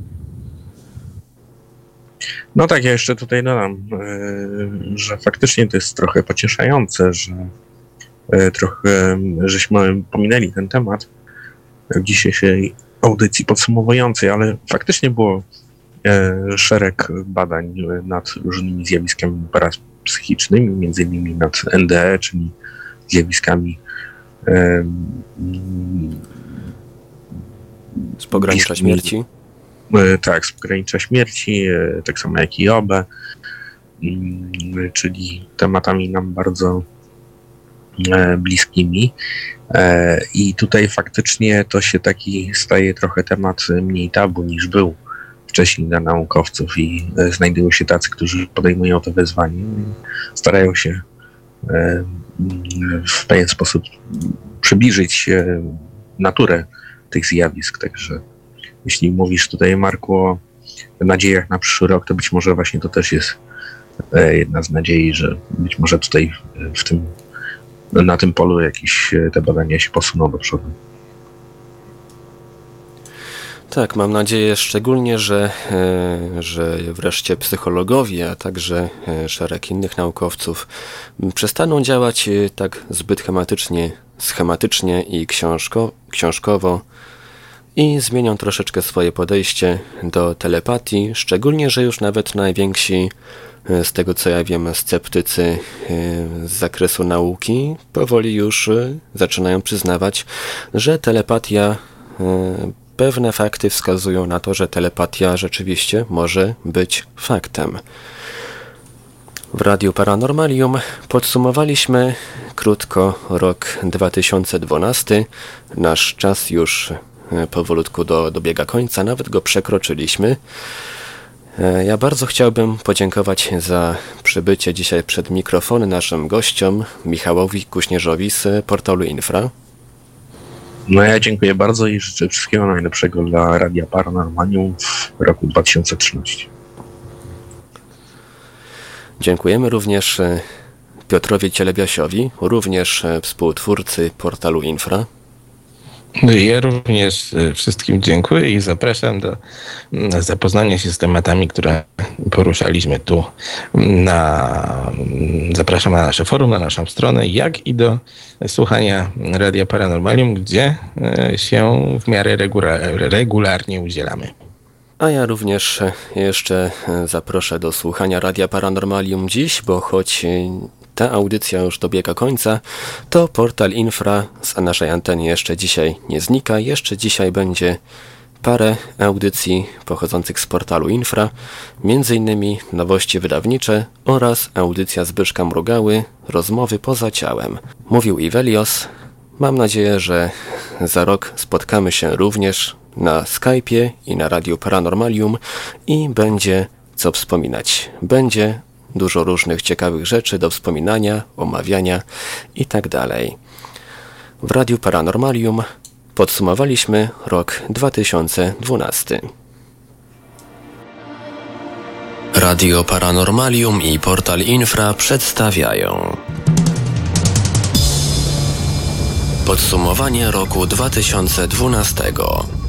No tak, ja jeszcze tutaj dodam, że faktycznie to jest trochę pocieszające, że trochę żeśmy pominęli ten temat w dzisiejszej audycji podsumowującej, ale faktycznie było szereg badań nad różnymi zjawiskami parapsychicznymi, między innymi nad NDE, czyli zjawiskami z pogranicza śmierci. Tak, z pogranicza śmierci, tak samo jak i OB, czyli tematami nam bardzo bliskimi. I tutaj faktycznie to się taki staje trochę temat mniej tabu niż był wcześniej dla naukowców i znajdują się tacy, którzy podejmują to wyzwanie, starają się w pewien sposób przybliżyć naturę tych zjawisk. Także jeśli mówisz tutaj, Marku, o nadziejach na przyszły rok, to być może właśnie to też jest jedna z nadziei, że być może tutaj na tym polu jakieś te badania się posuną do przodu. Tak, mam nadzieję szczególnie, że wreszcie psychologowie, a także szereg innych naukowców przestaną działać tak zbyt schematycznie i książkowo i zmienią troszeczkę swoje podejście do telepatii, szczególnie, że już nawet najwięksi, z tego co ja wiem, sceptycy z zakresu nauki powoli już zaczynają przyznawać, że telepatia, pewne fakty wskazują na to, że telepatia rzeczywiście może być faktem. W Radiu Paranormalium podsumowaliśmy krótko rok 2012. Nasz czas już powolutku dobiega końca, nawet go przekroczyliśmy. Ja bardzo chciałbym podziękować za przybycie dzisiaj przed mikrofony naszym gościom, Michałowi Kuśnierzowi z portalu Infra. No ja dziękuję bardzo i życzę wszystkiego najlepszego dla Radia Paranormalium w roku 2013. Dziękujemy również Piotrowi Cielebiasiowi, również współtwórcy portalu Infra. Ja również wszystkim dziękuję i zapraszam do zapoznania się z tematami, które poruszaliśmy tu. Zapraszam na nasze forum, na naszą stronę, jak i do słuchania Radia Paranormalium, gdzie się w miarę regularnie udzielamy. A ja również jeszcze zaproszę do słuchania Radia Paranormalium dziś, bo choć ta audycja już dobiega końca, to portal Infra z naszej anteny jeszcze dzisiaj nie znika. Jeszcze dzisiaj będzie parę audycji pochodzących z portalu Infra, m.in. nowości wydawnicze oraz audycja Zbyszka Mrugały, rozmowy poza ciałem. Mówił Iwelios. Mam nadzieję, że za rok spotkamy się również na Skype'ie i na Radiu Paranormalium i będzie co wspominać. Będzie dużo różnych ciekawych rzeczy do wspominania, omawiania i tak dalej. W Radiu Paranormalium podsumowaliśmy rok 2012. Radio Paranormalium i portal Infra przedstawiają Podsumowanie roku 2012.